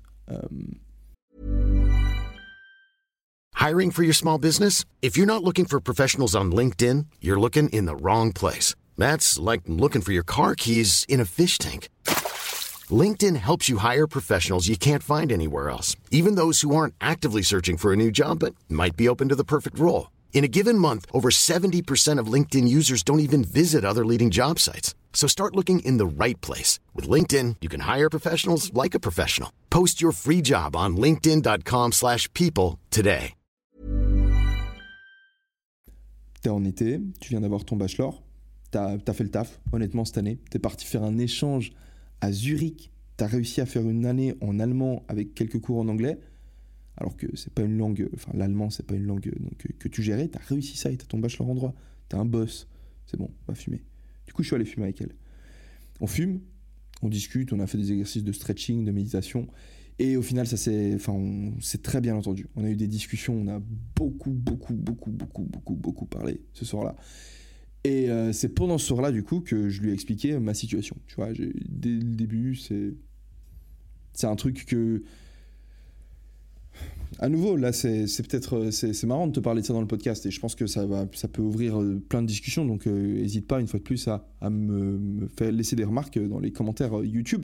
Hiring for your small business? If you're not looking for professionals on LinkedIn, you're looking in the wrong place. That's like looking for your car keys in a fish tank. LinkedIn helps you hire professionals you can't find anywhere else, even those who aren't actively searching for a new job but might be open to the perfect role. In a given month, over 70% of LinkedIn users don't even visit other leading job sites. So start looking in the right place. With LinkedIn, you can hire professionals like a professional. Post your free job on linkedin.com/people today. T'es en été, tu viens d'avoir ton bachelor, t'as fait le taf, honnêtement, cette année. T'es parti faire un échange à Zurich, t'as réussi à faire une année en allemand avec quelques cours en anglais, alors que c'est pas une langue, enfin l'allemand c'est pas une langue que tu gérais, t'as réussi ça et t'as ton bachelor en droit, t'es un boss, c'est bon, on va fumer. Du coup je suis allé fumer avec elle. On fume, on discute, on a fait des exercices de stretching, de méditation, et au final on s'est très bien entendu. On a eu des discussions, on a beaucoup parlé ce soir-là. Et c'est pendant ce soir-là, du coup, que je lui ai expliqué ma situation. Tu vois, dès le début, c'est un truc que... À nouveau, là, c'est peut-être... C'est marrant de te parler de ça dans le podcast, et je pense que ça peut ouvrir plein de discussions, donc n'hésite pas, une fois de plus, à me faire laisser des remarques dans les commentaires YouTube.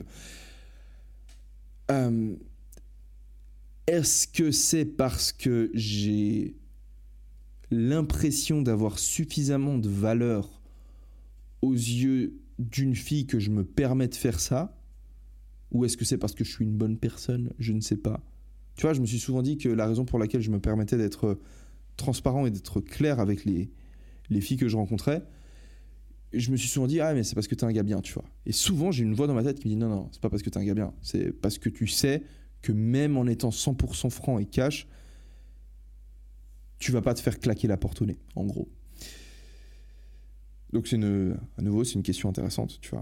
Est-ce que c'est parce que j'ai l'impression d'avoir suffisamment de valeur aux yeux d'une fille que je me permets de faire ça, ou est-ce que c'est parce que je suis une bonne personne? Je ne sais pas. Tu vois, je me suis souvent dit que la raison pour laquelle je me permettais d'être transparent et d'être clair avec les filles que je rencontrais, je me suis souvent dit, ah mais c'est parce que t'es un gars bien, tu vois. Et souvent j'ai une voix dans ma tête qui me dit, non, c'est pas parce que t'es un gars bien, c'est parce que tu sais que même en étant 100% franc et cash, tu vas pas te faire claquer la porte au nez, en gros. Donc à nouveau, c'est une question intéressante, tu vois.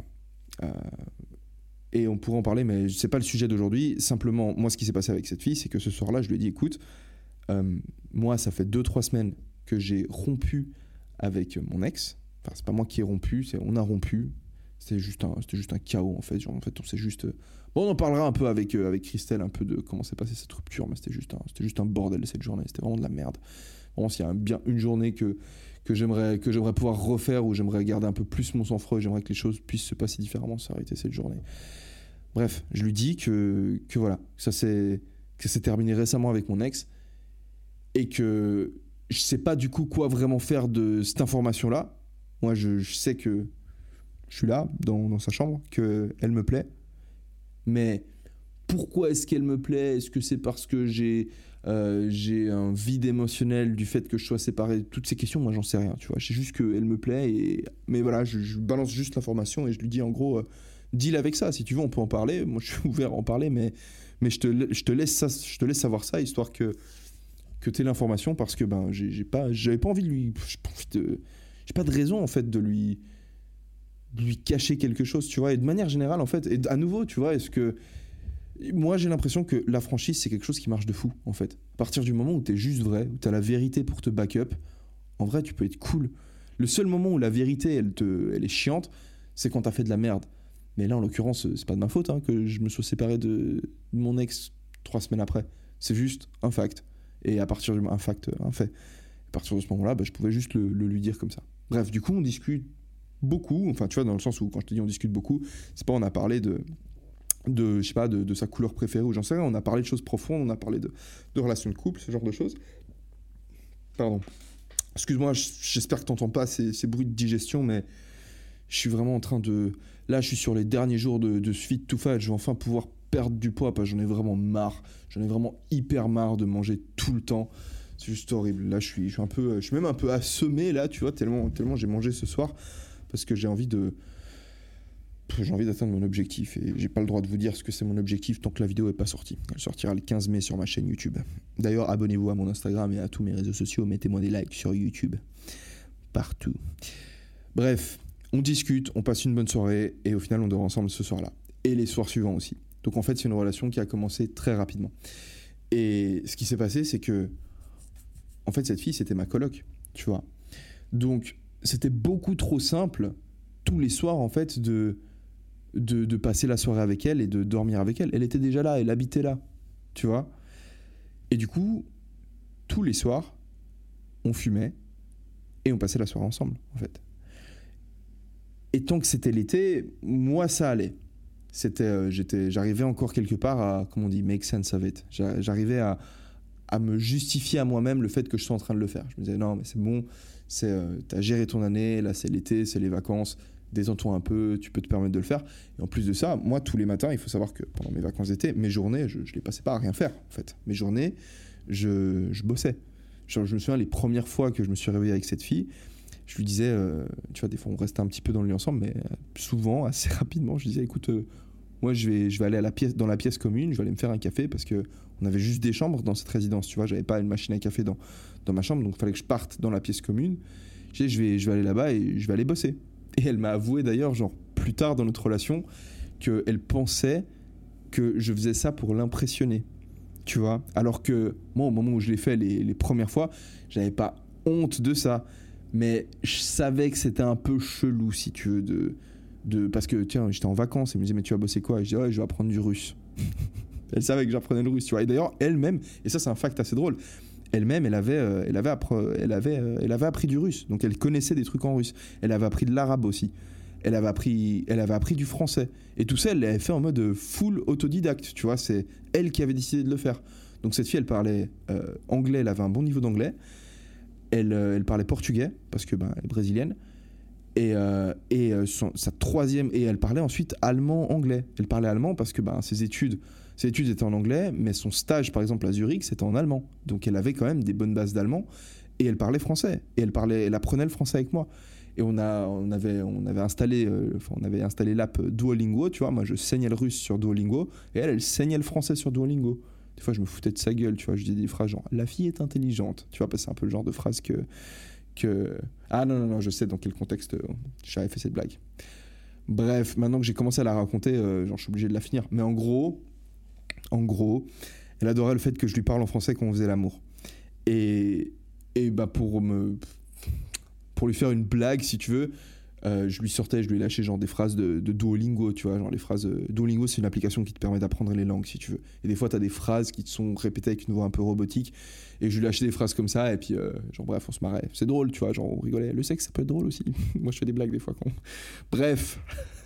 Et on pourrait en parler, mais c'est pas le sujet d'aujourd'hui. Simplement, moi, ce qui s'est passé avec cette fille, c'est que ce soir-là, je lui ai dit, écoute, moi, ça fait 2-3 semaines que j'ai rompu avec mon ex. Enfin, c'est pas moi qui ai rompu, on a rompu. C'était juste un chaos, en fait. Genre, en fait, on s'est juste... Bon, on en parlera un peu avec Christelle, un peu de comment s'est passée cette rupture, mais c'était juste un bordel cette journée. C'était vraiment de la merde. Vraiment, s'il y a bien une journée que j'aimerais pouvoir refaire, où j'aimerais garder un peu plus mon sang-froid, et j'aimerais que les choses puissent se passer différemment, ça aurait été cette journée. Bref, je lui dis que voilà, que ça s'est terminé récemment avec mon ex, et que je sais pas du coup quoi vraiment faire de cette information-là. Moi, je sais que je suis là, dans sa chambre, qu'elle me plaît. Mais pourquoi est-ce qu'elle me plaît? Est-ce que c'est parce que j'ai un vide émotionnel du fait que je sois séparé? Toutes ces questions, moi, j'en sais rien, tu vois. Je sais juste qu'elle me plaît, mais voilà, je balance juste l'information et je lui dis, en gros, deal avec ça. Si tu veux, on peut en parler. Moi, je suis ouvert à en parler, mais je te laisse savoir ça, histoire que tu aies l'information, parce que j'avais pas envie de lui... J'ai pas de raison, en fait, de lui cacher quelque chose, tu vois. Et de manière générale, en fait, et à nouveau, tu vois, moi, j'ai l'impression que la franchise, c'est quelque chose qui marche de fou, en fait. À partir du moment où t'es juste vrai, où t'as la vérité pour te back up, en vrai, tu peux être cool. Le seul moment où la vérité, elle est chiante, c'est quand t'as fait de la merde. Mais là, en l'occurrence, c'est pas de ma faute, hein, que je me sois séparé de mon ex 3 semaines après. C'est juste un fact. Et à partir un fait. À partir de ce moment-là, je pouvais juste le lui dire comme ça. Bref, du coup, on discute beaucoup. Enfin, tu vois, dans le sens où, quand je te dis on discute beaucoup, c'est pas on a parlé de je sais pas, de sa couleur préférée ou j'en sais rien. On a parlé de choses profondes, on a parlé de relations de couple, ce genre de choses. Pardon. Excuse-moi, j'espère que t'entends pas ces bruits de digestion, mais je suis vraiment en train de... Là, je suis sur les derniers jours de Fit to Fat. Je vais enfin pouvoir perdre du poids, parce que j'en ai vraiment marre. J'en ai vraiment hyper marre de manger tout le temps. C'est juste horrible. Là, je suis même un peu assommé, là, tu vois, tellement j'ai mangé ce soir, parce que j'ai envie d'atteindre mon objectif, et j'ai pas le droit de vous dire ce que c'est mon objectif tant que la vidéo est pas sortie. Elle sortira le 15 mai sur ma chaîne YouTube. D'ailleurs, abonnez-vous à mon Instagram et à tous mes réseaux sociaux, mettez-moi des likes sur YouTube. Partout. Bref, on discute, on passe une bonne soirée, et au final, on dort ensemble ce soir-là. Et les soirs suivants aussi. Donc en fait, c'est une relation qui a commencé très rapidement. Et ce qui s'est passé, c'est que, en fait, cette fille, c'était ma coloc, tu vois. Donc, c'était beaucoup trop simple, tous les soirs, en fait, de passer la soirée avec elle et de dormir avec elle. Elle était déjà là, elle habitait là, tu vois. Et du coup, tous les soirs, on fumait et on passait la soirée ensemble, en fait. Et tant que c'était l'été, moi, ça allait. J'arrivais encore quelque part à, comment on dit, make sense of it. J'arrivais à me justifier à moi-même le fait que je sois en train de le faire. Je me disais, non, mais c'est bon, t'as géré ton année, là, c'est l'été, c'est les vacances, détends-toi un peu, tu peux te permettre de le faire. Et en plus de ça, moi, tous les matins, il faut savoir que pendant mes vacances d'été, mes journées, je les passais pas à rien faire, en fait. Mes journées, je bossais. Genre, je me souviens, les premières fois que je me suis réveillé avec cette fille, je lui disais, tu vois, des fois on restait un petit peu dans le lit ensemble, mais souvent, assez rapidement, je disais, écoute, moi je vais aller dans la pièce commune, je vais aller me faire un café parce qu'on avait juste des chambres dans cette résidence, tu vois, j'avais pas une machine à café dans ma chambre, donc il fallait que je parte dans la pièce commune. Je disais, je vais aller là-bas et je vais aller bosser. Et elle m'a avoué d'ailleurs, genre plus tard dans notre relation, qu'elle pensait que je faisais ça pour l'impressionner, tu vois, alors que moi au moment où je l'ai fait les premières fois, j'avais pas honte de ça. Mais je savais que c'était un peu chelou, si tu veux, parce que tiens, j'étais en vacances, elle me disait, mais tu vas bosser quoi? Et je disais, ouais, je vais apprendre du russe. Elle savait que j'apprenais le russe, tu vois. Et d'ailleurs, elle-même, et ça c'est un fact assez drôle, elle-même, elle avait appris du russe, donc elle connaissait des trucs en russe. Elle avait appris de l'arabe aussi. Elle avait appris du français. Et tout ça, elle l'avait fait en mode full autodidacte, tu vois. C'est elle qui avait décidé de le faire. Donc cette fille, elle parlait anglais, elle avait un bon niveau d'anglais. Elle parlait portugais parce que elle est brésilienne et sa troisième, et elle parlait ensuite allemand-anglais. Elle parlait allemand parce que ses études étaient en anglais, mais son stage par exemple à Zurich c'était en allemand, donc elle avait quand même des bonnes bases d'allemand et elle parlait français et elle apprenait le français avec moi. Et on avait installé l'app Duolingo, tu vois. Moi je saignais le russe sur Duolingo et elle saignait le français sur Duolingo. Des fois, je me foutais de sa gueule, tu vois. Je disais des phrases genre « La fille est intelligente ». Tu vois, parce que c'est un peu le genre de phrase que... Ah non, je sais dans quel contexte j'avais fait cette blague. Bref, maintenant que j'ai commencé à la raconter, je suis obligé de la finir. Mais en gros, elle adorait le fait que je lui parle en français quand on faisait l'amour. Et pour lui faire une blague, si tu veux... je lui ai lâché genre des phrases de Duolingo, tu vois, genre les phrases Duolingo, c'est une application qui te permet d'apprendre les langues si tu veux, et des fois t'as des phrases qui te sont répétées avec une voix un peu robotique, et je lui lâchais des phrases comme ça, et puis genre bref, on se marrait, c'est drôle, tu vois, genre on rigolait. Le sexe ça peut être drôle aussi. Moi je fais des blagues des fois bref.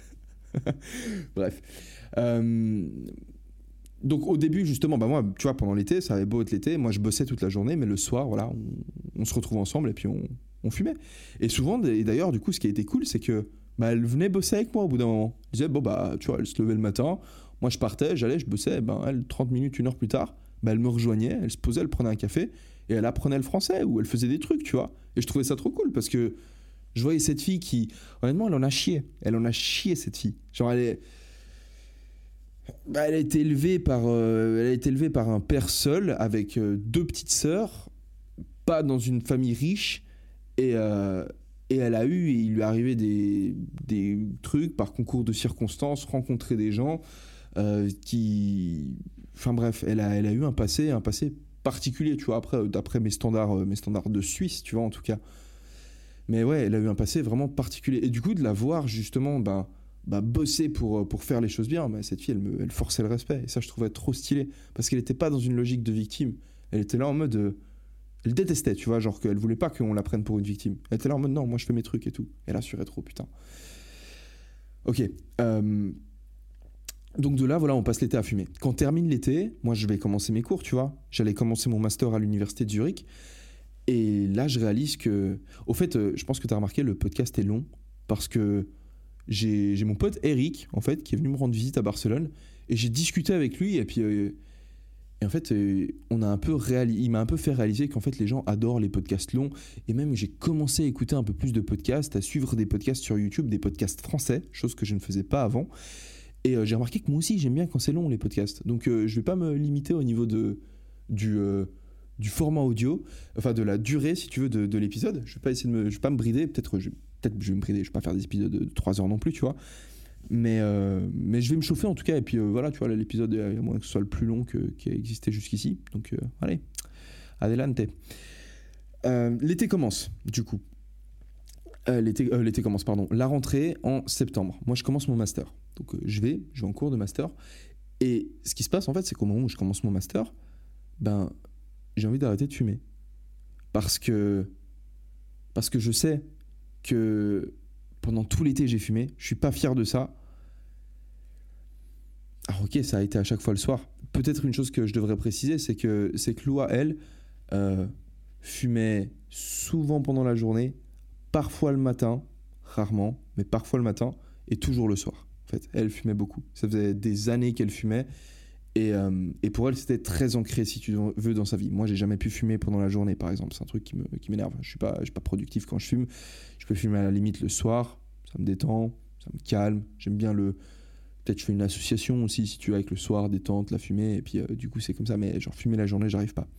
Donc au début justement, moi tu vois, pendant l'été, ça avait beau être l'été, moi je bossais toute la journée, mais le soir voilà, on se retrouve ensemble et puis on fumait. Et souvent, et d'ailleurs, du coup, ce qui a été cool, c'est que elle venait bosser avec moi au bout d'un moment. Elle disait, tu vois, elle se levait le matin, moi je partais, j'allais, je bossais, elle, 30 minutes, 1 heure plus tard, elle me rejoignait, elle se posait, elle prenait un café, et elle apprenait le français, ou elle faisait des trucs, tu vois. Et je trouvais ça trop cool, parce que je voyais cette fille qui, honnêtement, elle en a chié, cette fille. Genre, elle a été élevée par un père seul, avec 2 petites sœurs, pas dans une famille riche, et il lui est arrivé des trucs par concours de circonstances, rencontrer des gens enfin bref, elle a eu un passé particulier, tu vois, après d'après mes standards de Suisse, tu vois, en tout cas. Mais ouais, elle a eu un passé vraiment particulier, et du coup de la voir justement bosser pour faire les choses bien, cette fille elle forçait le respect, et ça je trouvais trop stylé, parce qu'elle était pas dans une logique de victime, elle était là en mode elle détestait, tu vois, genre qu'elle voulait pas qu'on la prenne pour une victime. Elle était là en mode non, moi je fais mes trucs et tout. Elle assurait trop, putain. Ok. Donc de là, voilà, on passe l'été à fumer. Quand termine l'été, moi je vais commencer mes cours, tu vois. J'allais commencer mon master à l'université de Zurich. Et là, je réalise que... Au fait, je pense que tu as remarqué, le podcast est long. Parce que j'ai mon pote Eric, en fait, qui est venu me rendre visite à Barcelone. Et j'ai discuté avec lui et puis... Et en fait, il m'a un peu fait réaliser qu'en fait, les gens adorent les podcasts longs. Et même, j'ai commencé à écouter un peu plus de podcasts, à suivre des podcasts sur YouTube, des podcasts français, chose que je ne faisais pas avant. Et j'ai remarqué que moi aussi, j'aime bien quand c'est long, les podcasts. Donc, je ne vais pas me limiter au niveau du format audio, enfin de la durée, si tu veux, de l'épisode. Je ne vais pas me brider. Peut-être je vais me brider. Je ne vais pas faire des épisodes de 3 heures non plus, tu vois. Mais je vais me chauffer en tout cas, et puis voilà, tu vois, l'épisode, à moins que ce soit le plus long qui a existé jusqu'ici, donc allez, adelante. L'été commence, du coup. L'été commence, pardon. La rentrée en septembre. Moi, je commence mon master. Donc je vais en cours de master, et ce qui se passe en fait, c'est qu'au moment où je commence mon master, j'ai envie d'arrêter de fumer. Parce que je sais que Pendant tout l'été, j'ai fumé. Je suis pas fier de ça. Alors ok, ça a été à chaque fois le soir. Peut-être une chose que je devrais préciser, c'est que Loa, elle, fumait souvent pendant la journée, parfois le matin, rarement, mais parfois le matin, et toujours le soir. En fait, elle fumait beaucoup. Ça faisait des années qu'elle fumait, et pour elle, c'était très ancré, si tu veux, dans sa vie. Moi, j'ai jamais pu fumer pendant la journée, par exemple. C'est un truc qui m'énerve. Je suis pas productif quand je fume. Je peux fumer à la limite le soir, ça me détend, ça me calme. J'aime bien peut-être je fais une association aussi, si tu veux, avec le soir, détente, la fumée, et puis du coup c'est comme ça, mais genre fumer la journée, j'arrive pas.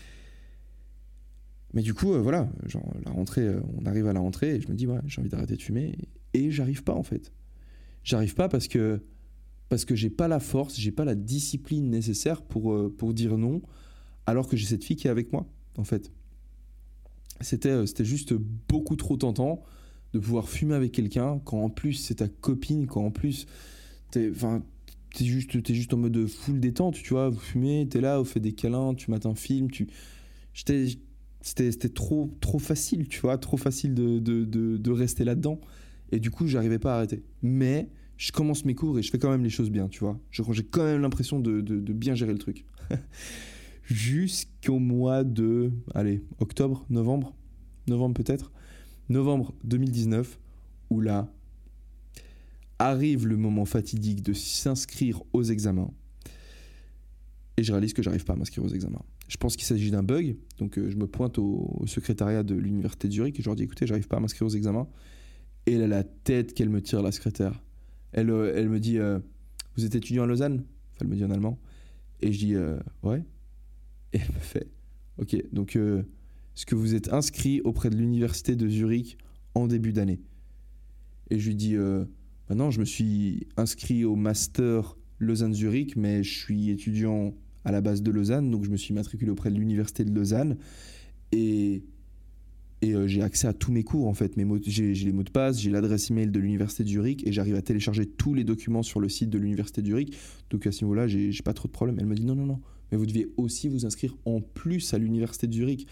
Mais du coup, voilà, genre la rentrée, on arrive à la rentrée, et je me dis, ouais, j'ai envie d'arrêter de fumer, et j'arrive pas en fait. J'arrive pas parce que j'ai pas la force, j'ai pas la discipline nécessaire pour dire non, alors que j'ai cette fille qui est avec moi, en fait. C'était juste beaucoup trop tentant de pouvoir fumer avec quelqu'un, quand en plus c'est ta copine, quand en plus... T'es juste en mode full détente, tu vois, vous fumez, t'es là, vous faites des câlins, tu mates un film, c'était trop facile, tu vois, trop facile de rester là-dedans. Et du coup, j'arrivais pas à arrêter. Mais je commence mes cours et je fais quand même les choses bien, tu vois. J'ai quand même l'impression de bien gérer le truc. Jusqu'au mois de, novembre peut-être, novembre 2019, où là, arrive le moment fatidique de s'inscrire aux examens et je réalise que j'arrive pas à m'inscrire aux examens. Je pense qu'il s'agit d'un bug, donc je me pointe au secrétariat de l'université de Zurich et je leur dis écoutez, j'arrive pas à m'inscrire aux examens. Et elle a la tête qu'elle me tire, la secrétaire. Elle me dit vous êtes étudiant à Lausanne? Enfin, elle me dit en allemand. Et je dis ouais. Et elle me fait ok, donc est-ce que vous êtes inscrit auprès de l'université de Zurich en début d'année? Et je lui dis non, je me suis inscrit au master Lausanne-Zurich, mais je suis étudiant à la base de Lausanne, donc je me suis matriculé auprès de l'université de Lausanne et j'ai accès à tous mes cours en fait. J'ai les mots de passe, j'ai l'adresse email de l'université de Zurich et j'arrive à télécharger tous les documents sur le site de l'université de Zurich. Donc à ce niveau-là, j'ai pas trop de problème. Elle me dit non, mais vous deviez aussi vous inscrire en plus à l'université de Zurich.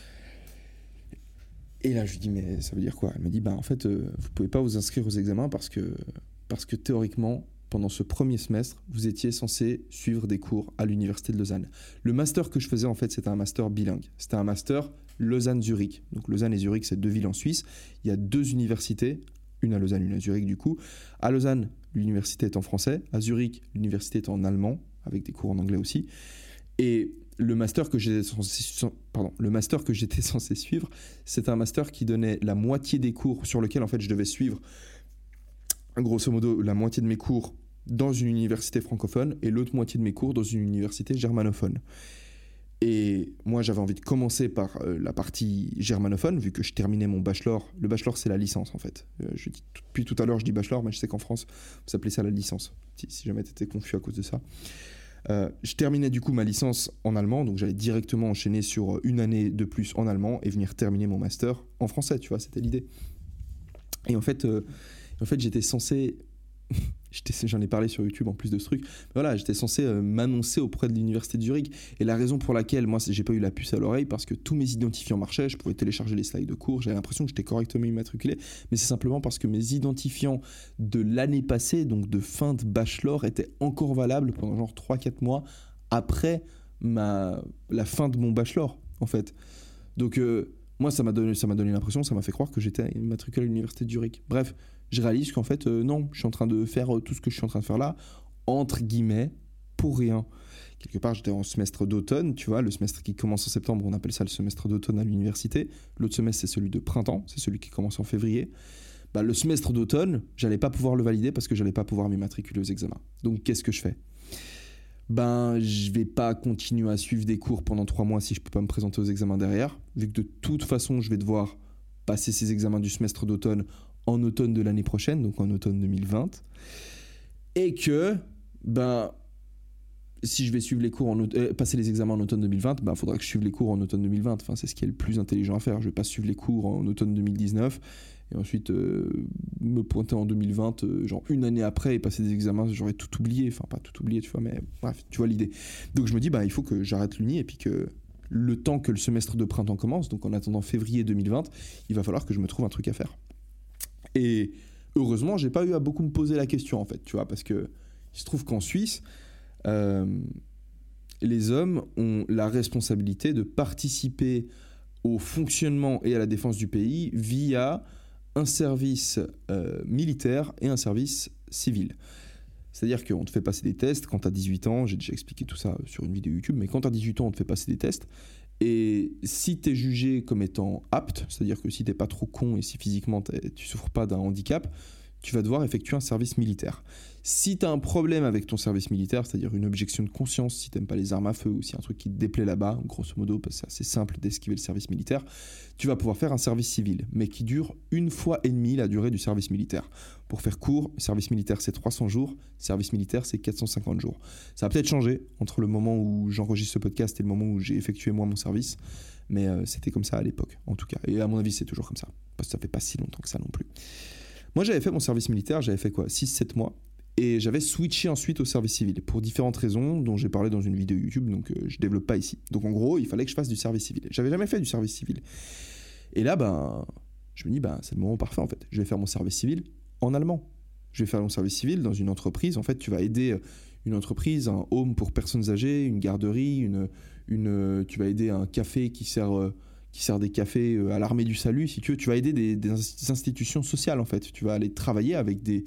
Et là, je lui dis, mais ça veut dire quoi? Elle me dit, en fait, vous pouvez pas vous inscrire aux examens parce que théoriquement, pendant ce premier semestre, vous étiez censé suivre des cours à l'université de Lausanne. Le master que je faisais, en fait, c'était un master bilingue. C'était un master Lausanne-Zurich. Donc Lausanne et Zurich, c'est deux villes en Suisse. Il y a deux universités, une à Lausanne, une à Zurich, du coup. À Lausanne, l'université est en français. À Zurich, l'université est en allemand, avec des cours en anglais aussi. Et le master que j'étais censé suivre, c'est un master qui donnait la moitié des cours sur lequel en fait je devais suivre grosso modo la moitié de mes cours dans une université francophone et l'autre moitié de mes cours dans une université germanophone. Et moi j'avais envie de commencer par la partie germanophone vu que je terminais mon bachelor. Le bachelor c'est la licence en fait. Depuis tout à l'heure je dis bachelor, mais je sais qu'en France vous appelez ça la licence, si jamais tu étais confus à cause de ça. Je terminais du coup ma licence en allemand, donc j'allais directement enchaîner sur une année de plus en allemand et venir terminer mon master en français, tu vois, c'était l'idée. Et en fait j'étais censé, j'en ai parlé sur YouTube en plus de ce truc, mais voilà, j'étais censé m'annoncer auprès de l'université de Zurich, et la raison pour laquelle moi j'ai pas eu la puce à l'oreille, parce que tous mes identifiants marchaient, je pouvais télécharger les slides de cours, j'avais l'impression que j'étais correctement immatriculé, mais c'est simplement parce que mes identifiants de l'année passée, donc de fin de bachelor, étaient encore valables pendant genre 3-4 mois après la fin de mon bachelor en fait. Donc moi ça m'a donné l'impression, ça m'a fait croire que j'étais immatriculé à l'université de Zurich. Bref, je réalise qu'en fait non, je suis en train de faire tout ce que je suis en train de faire là entre guillemets pour rien. Quelque part j'étais en semestre d'automne, tu vois, le semestre qui commence en septembre, on appelle ça le semestre d'automne à l'université. L'autre semestre c'est celui de printemps, c'est celui qui commence en février. Le semestre d'automne, j'allais pas pouvoir le valider parce que j'allais pas pouvoir m'immatriculer aux examens. Donc qu'est-ce que je fais? Je vais pas continuer à suivre des cours pendant 3 mois si je peux pas me présenter aux examens derrière, vu que de toute façon je vais devoir passer ces examens du semestre d'automne en automne de l'année prochaine, donc en automne 2020, et que si je vais suivre les cours passer les examens en automne 2020, il faudra que je suive les cours en automne 2020. Enfin, c'est ce qui est le plus intelligent à faire. Je vais pas suivre les cours en automne 2019 et ensuite me pointer en 2020, genre une année après, et passer des examens, j'aurais tout oublié. Enfin, pas tout oublié, tu vois, mais bref, tu vois l'idée. Donc je me dis, il faut que j'arrête l'uni et puis que le temps que le semestre de printemps commence, donc en attendant février 2020, il va falloir que je me trouve un truc à faire. Et heureusement, j'ai pas eu à beaucoup me poser la question, en fait, tu vois, parce que il se trouve qu'en Suisse, les hommes ont la responsabilité de participer au fonctionnement et à la défense du pays via un service militaire et un service civil. C'est-à-dire qu'on te fait passer des tests quand tu as 18 ans, j'ai déjà expliqué tout ça sur une vidéo YouTube, mais quand tu as 18 ans, on te fait passer des tests, et si tu es jugé comme étant apte, c'est-à-dire que si tu n'es pas trop con et si physiquement tu souffres pas d'un handicap, tu vas devoir effectuer un service militaire. Si tu as un problème avec ton service militaire, c'est-à-dire une objection de conscience, si tu n'aimes pas les armes à feu ou si un truc qui te déplaît là-bas, grosso modo, parce que c'est assez simple d'esquiver le service militaire, tu vas pouvoir faire un service civil, mais qui dure 1,5 fois la durée du service militaire. Pour faire court, service militaire c'est 300 jours, service militaire c'est 450 jours. Ça a peut-être changé entre le moment où j'enregistre ce podcast et le moment où j'ai effectué moi mon service, mais c'était comme ça à l'époque, en tout cas. Et à mon avis, c'est toujours comme ça, parce que ça fait pas si longtemps que ça non plus. Moi, j'avais fait mon service militaire, j'avais fait quoi, 6-7 mois, et j'avais switché ensuite au service civil, pour différentes raisons dont j'ai parlé dans une vidéo YouTube, donc je développe pas ici. Donc en gros, il fallait que je fasse du service civil. J'avais jamais fait du service civil. Et là, je me dis, c'est le moment parfait en fait. Je vais faire mon service civil en allemand. Je vais faire mon service civil dans une entreprise. En fait, tu vas aider une entreprise, un home pour personnes âgées, une garderie, tu vas aider un café qui sert des cafés à l'armée du salut, si tu veux. Tu vas aider des institutions sociales, en fait. Tu vas aller travailler avec des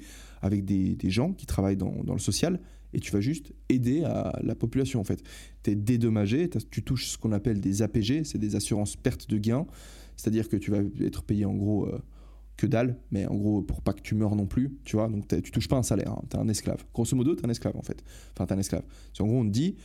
gens qui travaillent dans le social, et tu vas juste aider à la population, en fait. Tu es dédommagé, tu touches ce qu'on appelle des APG, c'est des assurances perte de gain, c'est-à-dire que tu vas être payé en gros que dalle, mais en gros pour pas que tu meurs non plus, tu vois. Donc tu touches pas un salaire, hein, tu es un esclave. Grosso modo, tu es un esclave, en fait. Enfin, tu es un esclave. En gros, on te dit...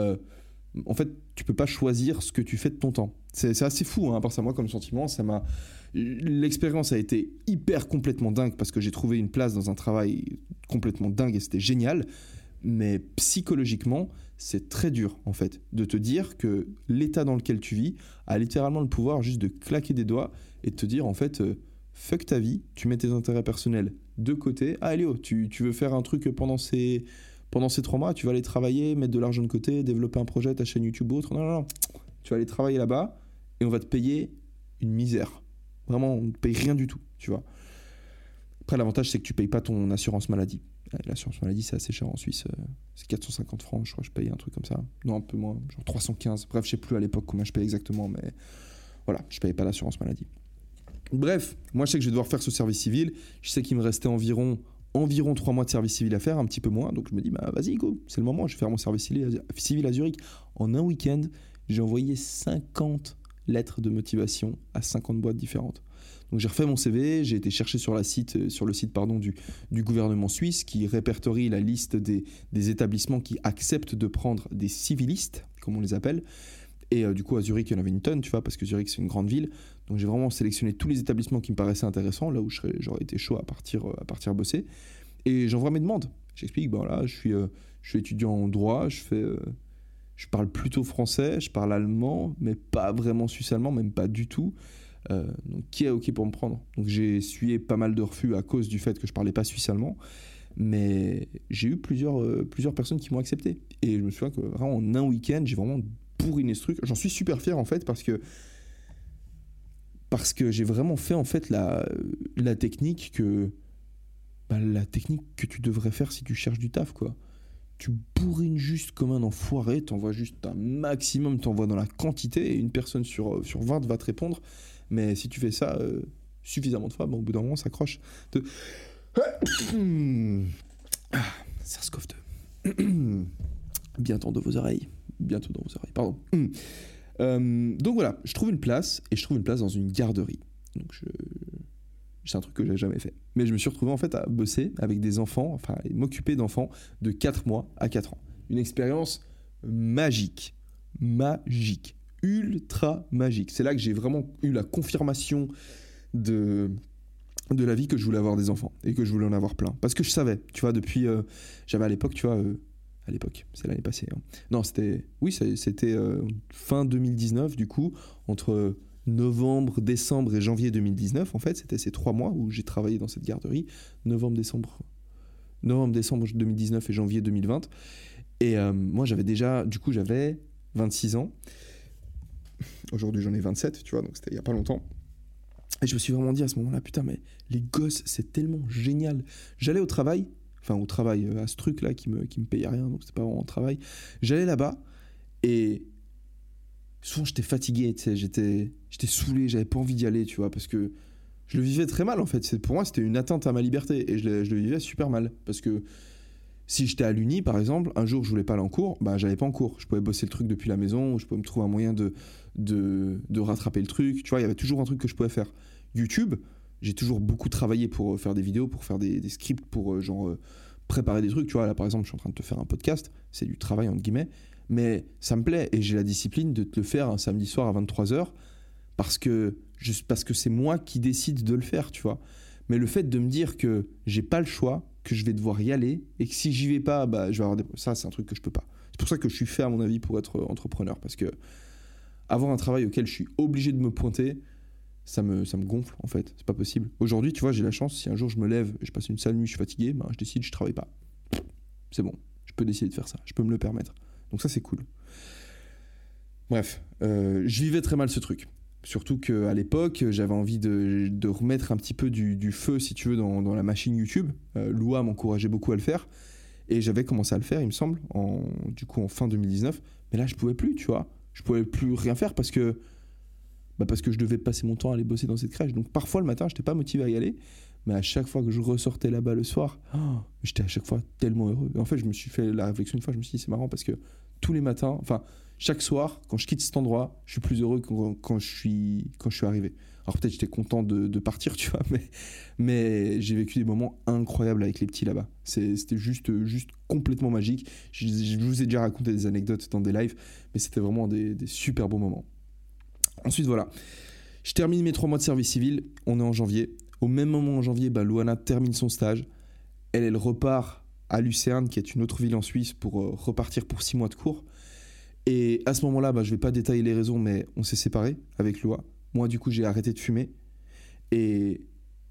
en fait, tu peux pas choisir ce que tu fais de ton temps. C'est assez fou, hein, par ça, moi, comme sentiment. L'expérience a été complètement dingue parce que j'ai trouvé une place dans un travail complètement dingue et c'était génial. Mais psychologiquement, c'est très dur, en fait, de te dire que l'état dans lequel tu vis a littéralement le pouvoir juste de claquer des doigts et de te dire, en fait, fuck ta vie, tu mets tes intérêts personnels de côté. Ah, Léo, tu veux faire un truc pendant ces 3 mois, tu vas aller travailler, mettre de l'argent de côté, développer un projet, ta chaîne YouTube ou autre. Non. Tu vas aller travailler là-bas et on va te payer une misère. Vraiment, on ne te paye rien du tout, tu vois. Après, l'avantage, c'est que tu ne payes pas ton assurance maladie. L'assurance maladie, c'est assez cher en Suisse. C'est 450 francs, je crois que je paye un truc comme ça. Non, un peu moins, genre 315. Bref, je ne sais plus à l'époque combien je paye exactement, mais voilà, je ne payais pas l'assurance maladie. Bref, moi, je sais que je vais devoir faire ce service civil. Je sais qu'il me restait environ 3 mois de service civil à faire, un petit peu moins. Donc je me dis, vas-y, go, c'est le moment, je vais faire mon service civil à Zurich. En un week-end, j'ai envoyé 50 lettres de motivation à 50 boîtes différentes. Donc j'ai refait mon CV, j'ai été chercher sur le site du gouvernement suisse qui répertorie la liste des établissements qui acceptent de prendre des civilistes, comme on les appelle. Et du coup, à Zurich, il y en avait une tonne, tu vois, parce que Zurich, c'est une grande ville. Donc j'ai vraiment sélectionné tous les établissements qui me paraissaient intéressants, là où j'aurais été chaud à partir bosser. Et j'envoie mes demandes. J'explique, là, je suis étudiant en droit, je parle plutôt français, je parle allemand, mais pas vraiment suisse-allemand, même pas du tout. Donc qui est OK pour me prendre ? Donc j'ai essuyé pas mal de refus à cause du fait que je parlais pas suisse-allemand. Mais j'ai eu plusieurs personnes qui m'ont accepté. Et je me souviens que vraiment en un week-end, j'ai vraiment bourriné ce truc. J'en suis super fier en fait parce que j'ai vraiment fait en fait la technique que tu devrais faire si tu cherches du taf, quoi. Tu bourrines juste comme un enfoiré, t'envoies juste un maximum, t'envoies dans la quantité et une personne sur 20 va te répondre. Mais si tu fais ça suffisamment de fois, au bout d'un moment, ça accroche. SARS-CoV-2. Bientôt dans vos oreilles, pardon. Donc voilà, je trouve une place dans une garderie. Donc c'est un truc que j'ai jamais fait. Mais je me suis retrouvé en fait à bosser avec des enfants, enfin à m'occuper d'enfants de 4 mois à 4 ans. Une expérience magique, ultra magique. C'est là que j'ai vraiment eu la confirmation de la vie que je voulais avoir des enfants et que je voulais en avoir plein. Parce que je savais, tu vois, depuis... j'avais à l'époque, tu vois... à l'époque, c'est l'année passée. Hein. Non, c'était fin 2019, du coup, entre novembre, décembre et janvier 2019, en fait, c'était ces 3 mois où j'ai travaillé dans cette garderie, novembre, décembre 2019 et janvier 2020. Et moi, j'avais 26 ans. Aujourd'hui, j'en ai 27, tu vois, donc c'était il n'y a pas longtemps. Et je me suis vraiment dit à ce moment-là, putain, mais les gosses, c'est tellement génial. J'allais au travail, à ce truc-là qui me payait rien, donc c'était pas vraiment un travail. J'allais là-bas et souvent j'étais fatigué, tu sais, j'étais saoulé, j'avais pas envie d'y aller, tu vois, parce que je le vivais très mal en fait. Pour moi, c'était une atteinte à ma liberté et je le vivais super mal. Parce que si j'étais à l'uni, par exemple, un jour je voulais pas aller en cours, bah j'allais pas en cours. Je pouvais bosser le truc depuis la maison, ou je pouvais me trouver un moyen de rattraper le truc. Tu vois, il y avait toujours un truc que je pouvais faire. YouTube, j'ai toujours beaucoup travaillé pour faire des vidéos, pour faire des scripts, pour préparer des trucs. Tu vois, là par exemple, je suis en train de te faire un podcast, c'est du travail entre guillemets, mais ça me plaît et j'ai la discipline de te le faire un samedi soir à 23h parce que c'est moi qui décide de le faire, tu vois. Mais le fait de me dire que j'ai pas le choix, que je vais devoir y aller et que si j'y vais pas, bah je vais avoir ça, c'est un truc que je peux pas. C'est pour ça que je suis fait à mon avis pour être entrepreneur, parce que avoir un travail auquel je suis obligé de me pointer, ça me gonfle en fait, c'est pas possible. Aujourd'hui, tu vois, j'ai la chance, si un jour je me lève et je passe une sale nuit, je suis fatigué, bah, je décide, je travaille pas. C'est bon, je peux décider de faire ça, je peux me le permettre. Donc ça, c'est cool. Bref, je vivais très mal ce truc. Surtout qu'à l'époque, j'avais envie de remettre un petit peu du feu, si tu veux, dans la machine YouTube. Loua m'encourageait beaucoup à le faire. Et j'avais commencé à le faire, il me semble, en fin 2019. Mais là, je pouvais plus, tu vois. Je pouvais plus rien faire parce que je devais passer mon temps à aller bosser dans cette crèche. Donc parfois, le matin, je n'étais pas motivé à y aller. Mais à chaque fois que je ressortais là-bas le soir, j'étais à chaque fois tellement heureux. Et en fait, je me suis fait la réflexion une fois, je me suis dit, c'est marrant parce que tous les matins, chaque soir, quand je quitte cet endroit, je suis plus heureux que quand je suis arrivé. Alors peut-être j'étais content de partir, tu vois, mais j'ai vécu des moments incroyables avec les petits là-bas. C'était juste complètement magique. Je vous ai déjà raconté des anecdotes dans des lives, mais c'était vraiment des super beaux moments. Ensuite, voilà. Je termine mes 3 mois de service civil. On est en janvier. Au même moment en janvier, Louana termine son stage. Elle repart à Lucerne, qui est une autre ville en Suisse, pour repartir pour 6 mois de cours. Et à ce moment-là, je ne vais pas détailler les raisons, mais on s'est séparés avec Loa. Moi, du coup, j'ai arrêté de fumer. Et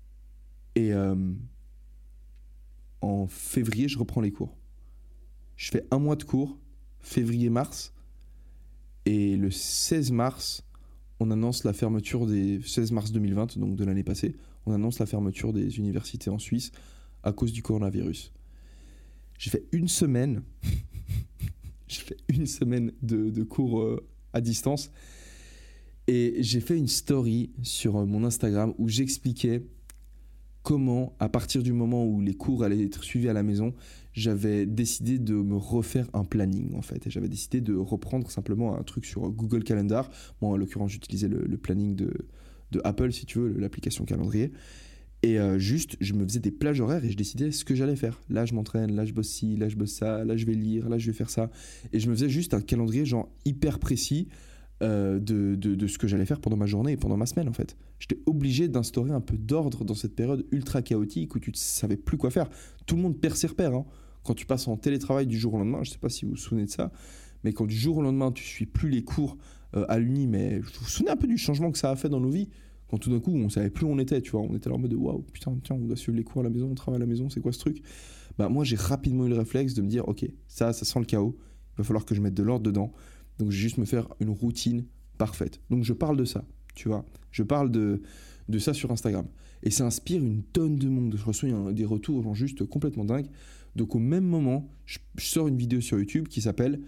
en février, je reprends les cours. Je fais 1 mois de cours, février-mars. Et le 16 mars, on annonce la fermeture 16 mars 2020, donc de l'année passée, on annonce la fermeture des universités en Suisse à cause du coronavirus. J'ai fait une semaine... J'ai fait une semaine de cours à distance et j'ai fait une story sur mon Instagram où j'expliquais comment, à partir du moment où les cours allaient être suivis à la maison, j'avais décidé de me refaire un planning en fait. Et j'avais décidé de reprendre simplement un truc sur Google Calendar. Moi, en l'occurrence, j'utilisais le planning de Apple, si tu veux, l'application calendrier. Et je me faisais des plages horaires et je décidais ce que j'allais faire. Là, je m'entraîne, là, je bosse ci, là, je bosse ça, là, je vais lire, là, je vais faire ça. Et je me faisais juste un calendrier genre hyper précis de ce que j'allais faire pendant ma journée et pendant ma semaine, en fait. J'étais obligé d'instaurer un peu d'ordre dans cette période ultra chaotique où tu ne savais plus quoi faire. Tout le monde perd ses repères, hein. Quand tu passes en télétravail du jour au lendemain, je ne sais pas si vous vous souvenez de ça, mais quand du jour au lendemain, tu ne suis plus les cours à l'uni, mais vous vous souvenez un peu du changement que ça a fait dans nos vies ? Quand tout d'un coup, on savait plus où on était, tu vois, on était là en mode waouh, putain, tiens, on doit suivre les cours à la maison, on travaille à la maison, c'est quoi ce truc ? Moi, j'ai rapidement eu le réflexe de me dire, ok, ça sent le chaos, il va falloir que je mette de l'ordre dedans, donc je vais juste me faire une routine parfaite. Donc je parle de ça, tu vois, je parle de ça sur Instagram. Et ça inspire une tonne de monde, je reçois des retours genre juste complètement dingues. Donc au même moment, je sors une vidéo sur YouTube qui s'appelle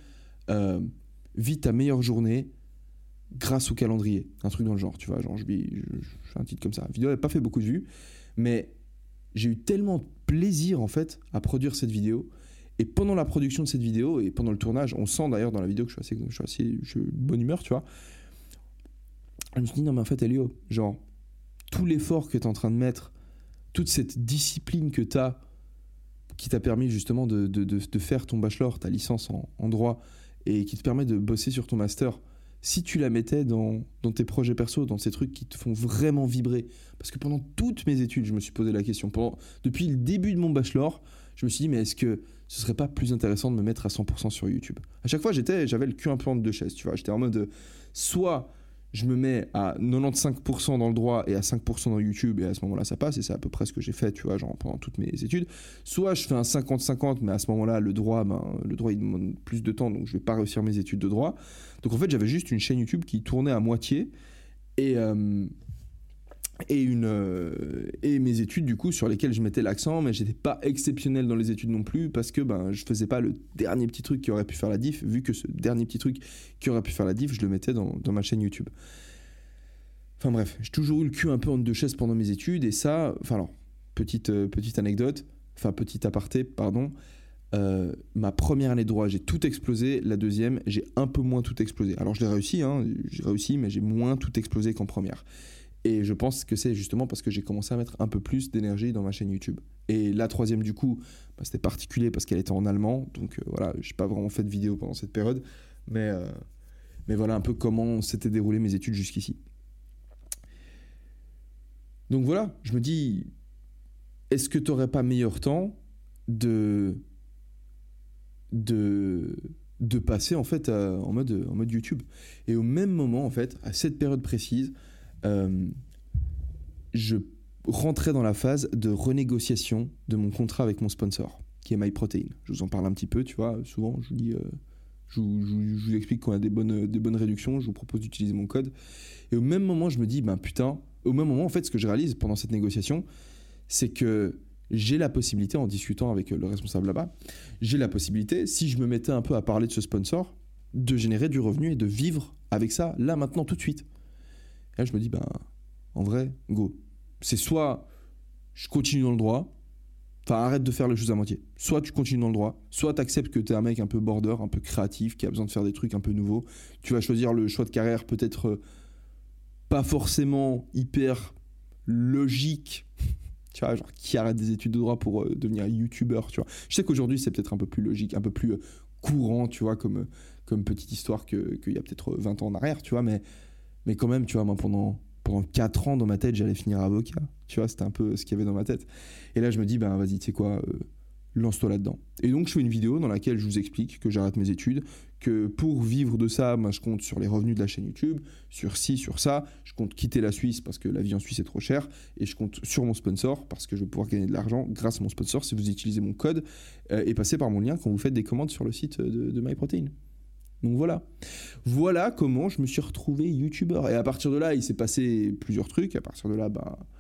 « Vis ta meilleure journée ». Grâce au calendrier, un truc dans le genre, tu vois, genre je fais un titre comme ça. La vidéo n'a pas fait beaucoup de vues, mais j'ai eu tellement de plaisir en fait à produire cette vidéo. Et pendant la production de cette vidéo et pendant le tournage, on sent d'ailleurs dans la vidéo que je suis de bonne humeur, tu vois. Je me suis dit non mais en fait Elio, genre tout l'effort que tu es en train de mettre, toute cette discipline que tu as, qui t'a permis justement de faire ton bachelor, ta licence en droit, et qui te permet de bosser sur ton master. Si tu la mettais dans tes projets perso, dans ces trucs qui te font vraiment vibrer. Parce que pendant toutes mes études, je me suis posé la question. Depuis le début de mon bachelor, je me suis dit, mais est-ce que ce serait pas plus intéressant de me mettre à 100% sur YouTube ? À chaque fois, j'avais le cul un peu entre deux chaises, tu vois. J'étais en mode, soit je me mets à 95% dans le droit et à 5% dans YouTube, et à ce moment-là, ça passe, et c'est à peu près ce que j'ai fait, tu vois, genre pendant toutes mes études. Soit je fais un 50-50, mais à ce moment-là, le droit, il demande plus de temps, donc je vais pas réussir mes études de droit. Donc en fait, j'avais juste une chaîne YouTube qui tournait à moitié, et et mes études du coup sur lesquelles je mettais l'accent, mais j'étais pas exceptionnel dans les études non plus parce que je faisais pas le dernier petit truc qui aurait pu faire la diff, vu que ce dernier petit truc qui aurait pu faire la diff, je le mettais dans ma chaîne YouTube. Enfin bref, j'ai toujours eu le cul un peu entre deux chaises pendant mes études, et ça, petite anecdote, petit aparté, pardon. Ma première année de droit, j'ai tout explosé. La deuxième, j'ai un peu moins tout explosé. Alors j'ai réussi, mais j'ai moins tout explosé qu'en première. Et je pense que c'est justement parce que j'ai commencé à mettre un peu plus d'énergie dans ma chaîne YouTube. Et la troisième, du coup, c'était particulier parce qu'elle était en allemand. Donc voilà, j'ai pas vraiment fait de vidéo pendant cette période. Mais voilà un peu comment s'étaient déroulées mes études jusqu'ici. Donc voilà, je me dis, est-ce que tu n'aurais pas meilleur temps de passer en fait en mode YouTube. Et au même moment, en fait, à cette période précise, je rentrais dans la phase de renégociation de mon contrat avec mon sponsor, qui est MyProtein. Je vous en parle un petit peu, tu vois, souvent je vous dis, je vous explique qu'on a des bonnes réductions, je vous propose d'utiliser mon code. Et au même moment, je me dis, au même moment, en fait, ce que je réalise pendant cette négociation, c'est que j'ai la possibilité, en discutant avec le responsable là-bas, j'ai la possibilité, si je me mettais un peu à parler de ce sponsor, de générer du revenu et de vivre avec ça, là, maintenant, tout de suite. Et là, je me dis, en vrai, go. C'est soit je continue dans le droit, arrête de faire les choses à moitié. Soit tu continues dans le droit, soit tu acceptes que tu es un mec un peu border, un peu créatif, qui a besoin de faire des trucs un peu nouveaux. Tu vas choisir le choix de carrière peut-être pas forcément hyper logique, tu vois, genre qui arrête des études de droit pour devenir youtubeur, tu vois. Je sais qu'aujourd'hui c'est peut-être un peu plus logique, un peu plus courant, tu vois, comme petite histoire qu'il y a peut-être 20 ans en arrière, tu vois, mais quand même, tu vois, moi pendant 4 ans dans ma tête, j'allais finir avocat, tu vois, c'était un peu ce qu'il y avait dans ma tête. Et là je me dis, vas-y, tu sais quoi, lance-toi là-dedans. Et donc je fais une vidéo dans laquelle je vous explique que j'arrête mes études, que pour vivre de ça, je compte sur les revenus de la chaîne YouTube, sur ci, sur ça, je compte quitter la Suisse parce que la vie en Suisse est trop chère, et je compte sur mon sponsor parce que je vais pouvoir gagner de l'argent grâce à mon sponsor si vous utilisez mon code et passez par mon lien quand vous faites des commandes sur le site de MyProtein. Donc voilà comment je me suis retrouvé youtubeur. Et à partir de là, il s'est passé plusieurs trucs. À partir de là,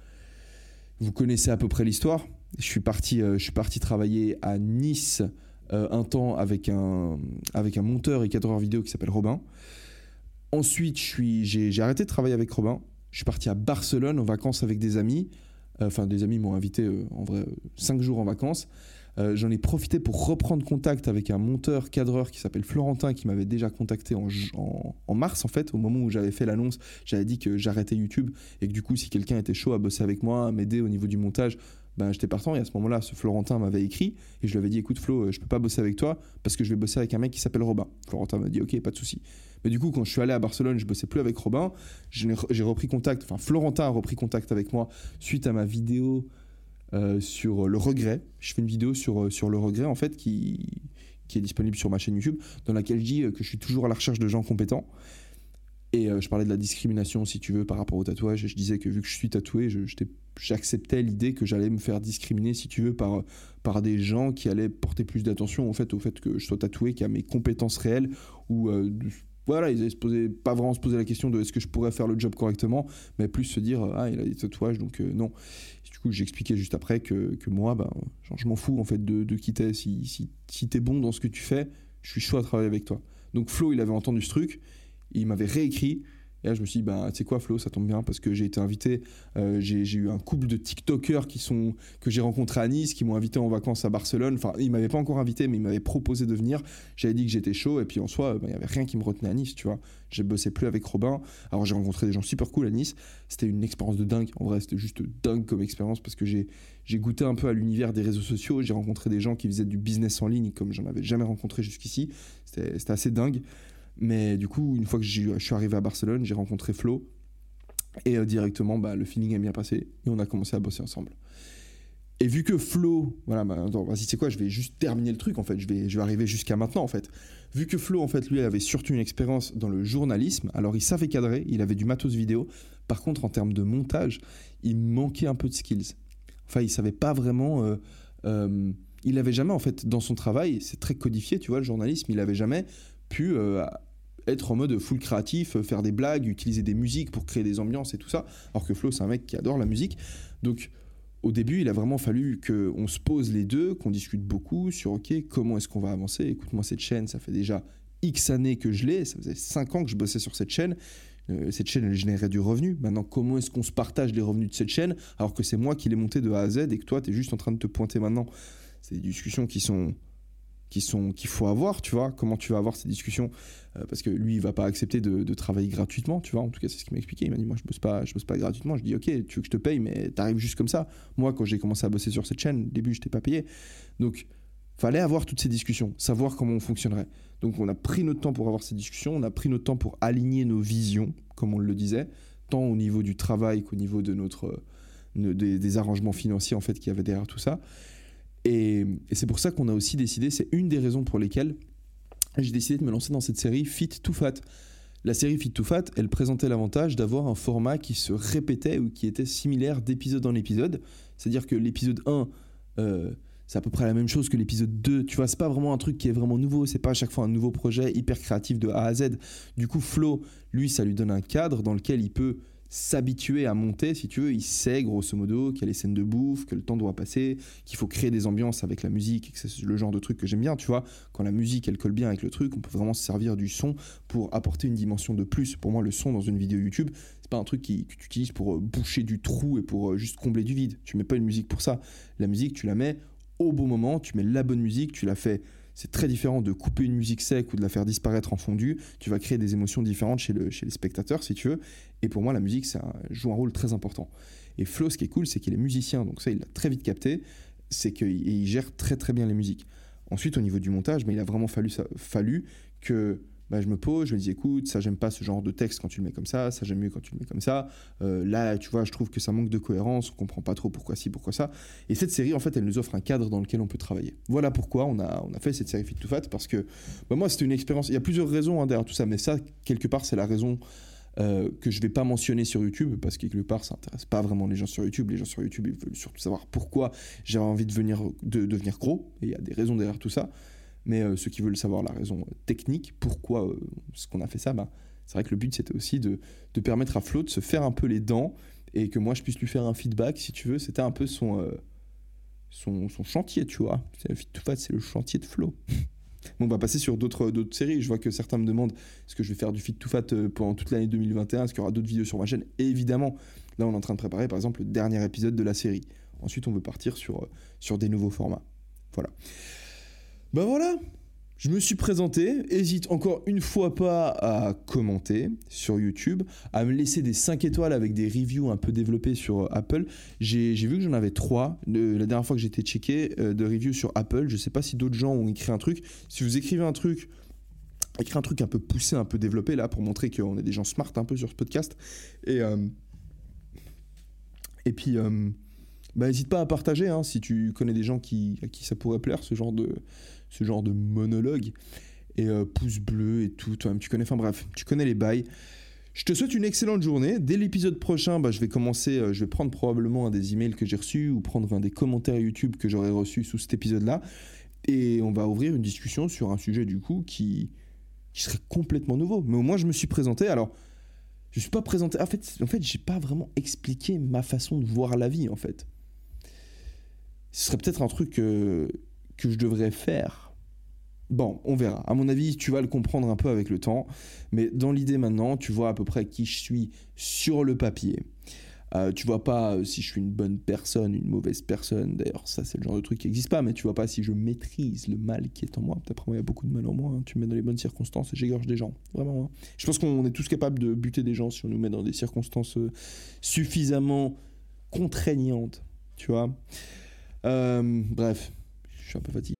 vous connaissez à peu près l'histoire. Je suis parti travailler à Nice un temps avec un monteur et cadreur vidéo qui s'appelle Robin. Ensuite, j'ai arrêté de travailler avec Robin. Je suis parti à Barcelone en vacances avec des amis. Des amis m'ont invité en vrai 5 jours en vacances. J'en ai profité pour reprendre contact avec un monteur cadreur qui s'appelle Florentin, qui m'avait déjà contacté en mars, en fait, au moment où j'avais fait l'annonce. J'avais dit que j'arrêtais YouTube et que du coup, si quelqu'un était chaud à bosser avec moi, à m'aider au niveau du montage, j'étais partant. Et à ce moment-là, ce Florentin m'avait écrit et je lui avais dit, écoute Flo, je peux pas bosser avec toi parce que je vais bosser avec un mec qui s'appelle Robin. Florentin m'a dit, ok, pas de souci. Mais du coup, quand je suis allé à Barcelone, je bossais plus avec Robin. J'ai repris contact, Florentin a repris contact avec moi suite à ma vidéo sur le regret. Je fais une vidéo sur le regret, en fait, qui est disponible sur ma chaîne YouTube, dans laquelle je dis que je suis toujours à la recherche de gens compétents. Et je parlais de la discrimination, si tu veux, par rapport au tatouage. Et je disais que vu que je suis tatoué, j'acceptais l'idée que j'allais me faire discriminer, si tu veux, par des gens qui allaient porter plus d'attention au fait que je sois tatoué qu'à mes compétences réelles, ou voilà, ils allaient pas vraiment se poser la question de est-ce que je pourrais faire le job correctement, mais plus se dire il a des tatouages, donc non. Et du coup, j'expliquais juste après que moi, je m'en fous en fait de qui t'es. Si t'es bon dans ce que tu fais, je suis chaud à travailler avec toi. Donc Flo, il avait entendu ce truc, il m'avait réécrit. Et là, je me suis dit, tu sais quoi, Flo, ça tombe bien parce que j'ai été invité. J'ai eu un couple de TikTokers que j'ai rencontrés à Nice, qui m'ont invité en vacances à Barcelone. Enfin, ils ne m'avaient pas encore invité, mais ils m'avaient proposé de venir. J'avais dit que j'étais chaud. Et puis en soi, il n'y avait rien qui me retenait à Nice, tu vois. Je bossais plus avec Robin. Alors, j'ai rencontré des gens super cool à Nice. C'était une expérience de dingue. En vrai, c'était juste dingue comme expérience parce que j'ai goûté un peu à l'univers des réseaux sociaux. J'ai rencontré des gens qui faisaient du business en ligne comme j'en avais jamais rencontré jusqu'ici. C'était assez dingue. Mais du coup, une fois que je suis arrivé à Barcelone, j'ai rencontré Flo et directement, le feeling est bien passé et on a commencé à bosser ensemble. Et vu que Flo, voilà, vas-y, tu sais quoi, je vais juste terminer le truc en fait, je vais arriver jusqu'à maintenant en fait. Vu que Flo, en fait, lui, avait surtout une expérience dans le journalisme, alors il savait cadrer, il avait du matos vidéo. Par contre, en termes de montage, il manquait un peu de skills. Enfin, il savait pas vraiment. Il avait jamais, en fait, dans son travail, c'est très codifié, tu vois, le journalisme, il avait jamais pu être en mode full créatif, faire des blagues, utiliser des musiques pour créer des ambiances et tout ça. Alors que Flo, c'est un mec qui adore la musique. Donc, au début, il a vraiment fallu qu'on se pose les deux, qu'on discute beaucoup sur OK, comment est-ce qu'on va avancer. Écoute-moi, cette chaîne, ça fait déjà X années que je l'ai, ça faisait 5 ans que je bossais sur cette chaîne. Cette chaîne, elle générait du revenu. Maintenant, comment est-ce qu'on se partage les revenus de cette chaîne alors que c'est moi qui l'ai montée de A à Z et que toi, tu es juste en train de te pointer maintenant. C'est des discussions qu'il faut avoir, tu vois. Comment tu vas avoir ces discussions parce que lui, il va pas accepter de travailler gratuitement, tu vois. En tout cas, c'est ce qu'il m'a expliqué. Il m'a dit, moi, je bosse pas gratuitement. Je dis, OK, tu veux que je te paye, mais t'arrives juste comme ça. Moi, quand j'ai commencé à bosser sur cette chaîne, au début, je t'ai pas payé. Donc, fallait avoir toutes ces discussions, savoir comment on fonctionnerait. Donc, on a pris notre temps pour avoir ces discussions. On a pris notre temps pour aligner nos visions, comme on le disait, tant au niveau du travail qu'au niveau de des arrangements financiers, en fait, qu'il y avait derrière tout ça. Et c'est pour ça qu'on a aussi décidé, c'est une des raisons pour lesquelles j'ai décidé de me lancer dans cette série Fit to Fat. La série Fit to Fat, elle présentait l'avantage d'avoir un format qui se répétait ou qui était similaire d'épisode en épisode. C'est-à-dire que l'épisode 1, c'est à peu près la même chose que l'épisode 2. Tu vois, c'est pas vraiment un truc qui est vraiment nouveau. C'est pas à chaque fois un nouveau projet hyper créatif de A à Z. Du coup, Flo, lui, ça lui donne un cadre dans lequel il peut s'habituer à monter, si tu veux. Il sait grosso modo qu'il y a les scènes de bouffe, que le temps doit passer, qu'il faut créer des ambiances avec la musique, et que c'est le genre de truc que j'aime bien, tu vois. Quand la musique, elle colle bien avec le truc, on peut vraiment se servir du son pour apporter une dimension de plus. Pour moi, le son dans une vidéo YouTube, c'est pas un truc que tu utilises pour boucher du trou et pour juste combler du vide. Tu mets pas une musique pour ça. La musique, tu la mets au bon moment, tu mets la bonne musique, tu la fais. C'est très différent de couper une musique sec ou de la faire disparaître en fondu. Tu vas créer des émotions différentes chez les spectateurs, si tu veux. Et pour moi, la musique, ça joue un rôle très important. Et Flo, ce qui est cool, c'est qu'il est musicien. Donc ça, il l'a très vite capté. C'est qu'il gère très, très bien les musiques. Ensuite, au niveau du montage, il a vraiment fallu que je me pose, je me dis, écoute, ça, j'aime pas ce genre de texte quand tu le mets comme ça j'aime mieux quand tu le mets comme ça. Là, tu vois, je trouve que ça manque de cohérence, on comprend pas trop pourquoi ci, pourquoi ça. Et cette série, en fait, elle nous offre un cadre dans lequel on peut travailler. Voilà pourquoi on a fait cette série Fit to Fat, parce que moi, c'était une expérience. Il y a plusieurs raisons derrière tout ça, mais ça, quelque part, c'est la raison que je vais pas mentionner sur YouTube, parce que quelque part, ça intéresse pas vraiment les gens sur YouTube. Les gens sur YouTube, ils veulent surtout savoir pourquoi j'ai envie de devenir gros, et il y a des raisons derrière tout ça. Mais ceux qui veulent savoir la raison technique, pourquoi ce qu'on a fait ça, c'est vrai que le but, c'était aussi de permettre à Flo de se faire un peu les dents et que moi, je puisse lui faire un feedback, si tu veux. C'était un peu son chantier, tu vois. Fit to Fat, c'est le chantier de Flo. Bon, on va passer sur d'autres séries. Je vois que certains me demandent est-ce que je vais faire du Fit to Fat pendant toute l'année 2021, est-ce qu'il y aura d'autres vidéos sur ma chaîne. Et évidemment, là, on est en train de préparer, par exemple, le dernier épisode de la série. Ensuite, on veut partir sur des nouveaux formats. Voilà. Voilà, je me suis présenté. Hésite encore une fois pas à commenter sur YouTube, à me laisser des 5 étoiles avec des reviews un peu développés sur Apple. J'ai vu que j'en avais 3 la dernière fois que j'étais checké de reviews sur Apple. Je sais pas si d'autres gens ont écrit un truc. Si vous écrivez un truc un peu poussé, un peu développé là pour montrer qu'on est des gens smart un peu sur ce podcast. Et puis n'hésite pas à partager si tu connais des gens à qui ça pourrait plaire, ce genre de monologue. Et pouce bleu et tout, toi-même tu connais, enfin bref, tu connais les bails. Je te souhaite une excellente journée. Dès l'épisode prochain, je vais prendre probablement un des emails que j'ai reçus ou prendre un des commentaires YouTube que j'aurais reçus sous cet épisode-là. Et on va ouvrir une discussion sur un sujet du coup qui serait complètement nouveau. Mais au moins je me suis présenté. Alors, je ne suis pas présenté... En fait, j'ai pas vraiment expliqué ma façon de voir la vie, en fait. Ce serait peut-être un truc que je devrais faire. Bon, on verra. À mon avis, tu vas le comprendre un peu avec le temps. Mais dans l'idée maintenant, tu vois à peu près qui je suis sur le papier. Tu vois pas si je suis une bonne personne, une mauvaise personne. D'ailleurs, ça, c'est le genre de truc qui n'existe pas. Mais tu vois pas si je maîtrise le mal qui est en moi. D'après moi, il y a beaucoup de mal en moi. Tu me mets dans les bonnes circonstances et j'égorge des gens. Vraiment. Je pense qu'on est tous capables de buter des gens si on nous met dans des circonstances suffisamment contraignantes. Tu vois. Bref, je suis un peu fatigué.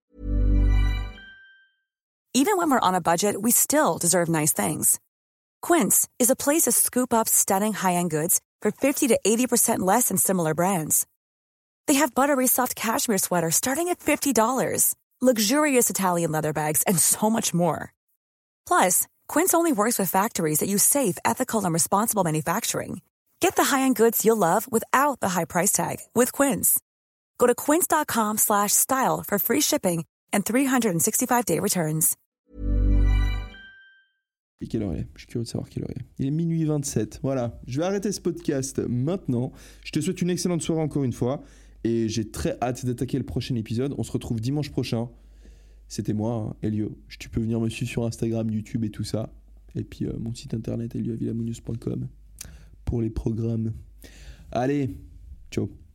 Even when we're on a budget, we still deserve nice things. Quince is a place to scoop up stunning high-end goods for 50 to 80% less than similar brands. They have buttery soft cashmere sweaters starting at $50, luxurious Italian leather bags, and so much more. Plus, Quince only works with factories that use safe, ethical, and responsible manufacturing. Get the high-end goods you'll love without the high price tag with Quince. Go to quince.com/style for free shipping and 365-day returns. Et quelle heure il est ? Je suis curieux de savoir quelle heure il est. Il est minuit 27. Voilà, je vais arrêter ce podcast maintenant. Je te souhaite une excellente soirée encore une fois. Et j'ai très hâte d'attaquer le prochain épisode. On se retrouve dimanche prochain. C'était moi, hein, Elio. Tu peux venir me suivre sur Instagram, YouTube et tout ça. Et puis mon site internet, elioavilamunoz.com pour les programmes. Allez, ciao.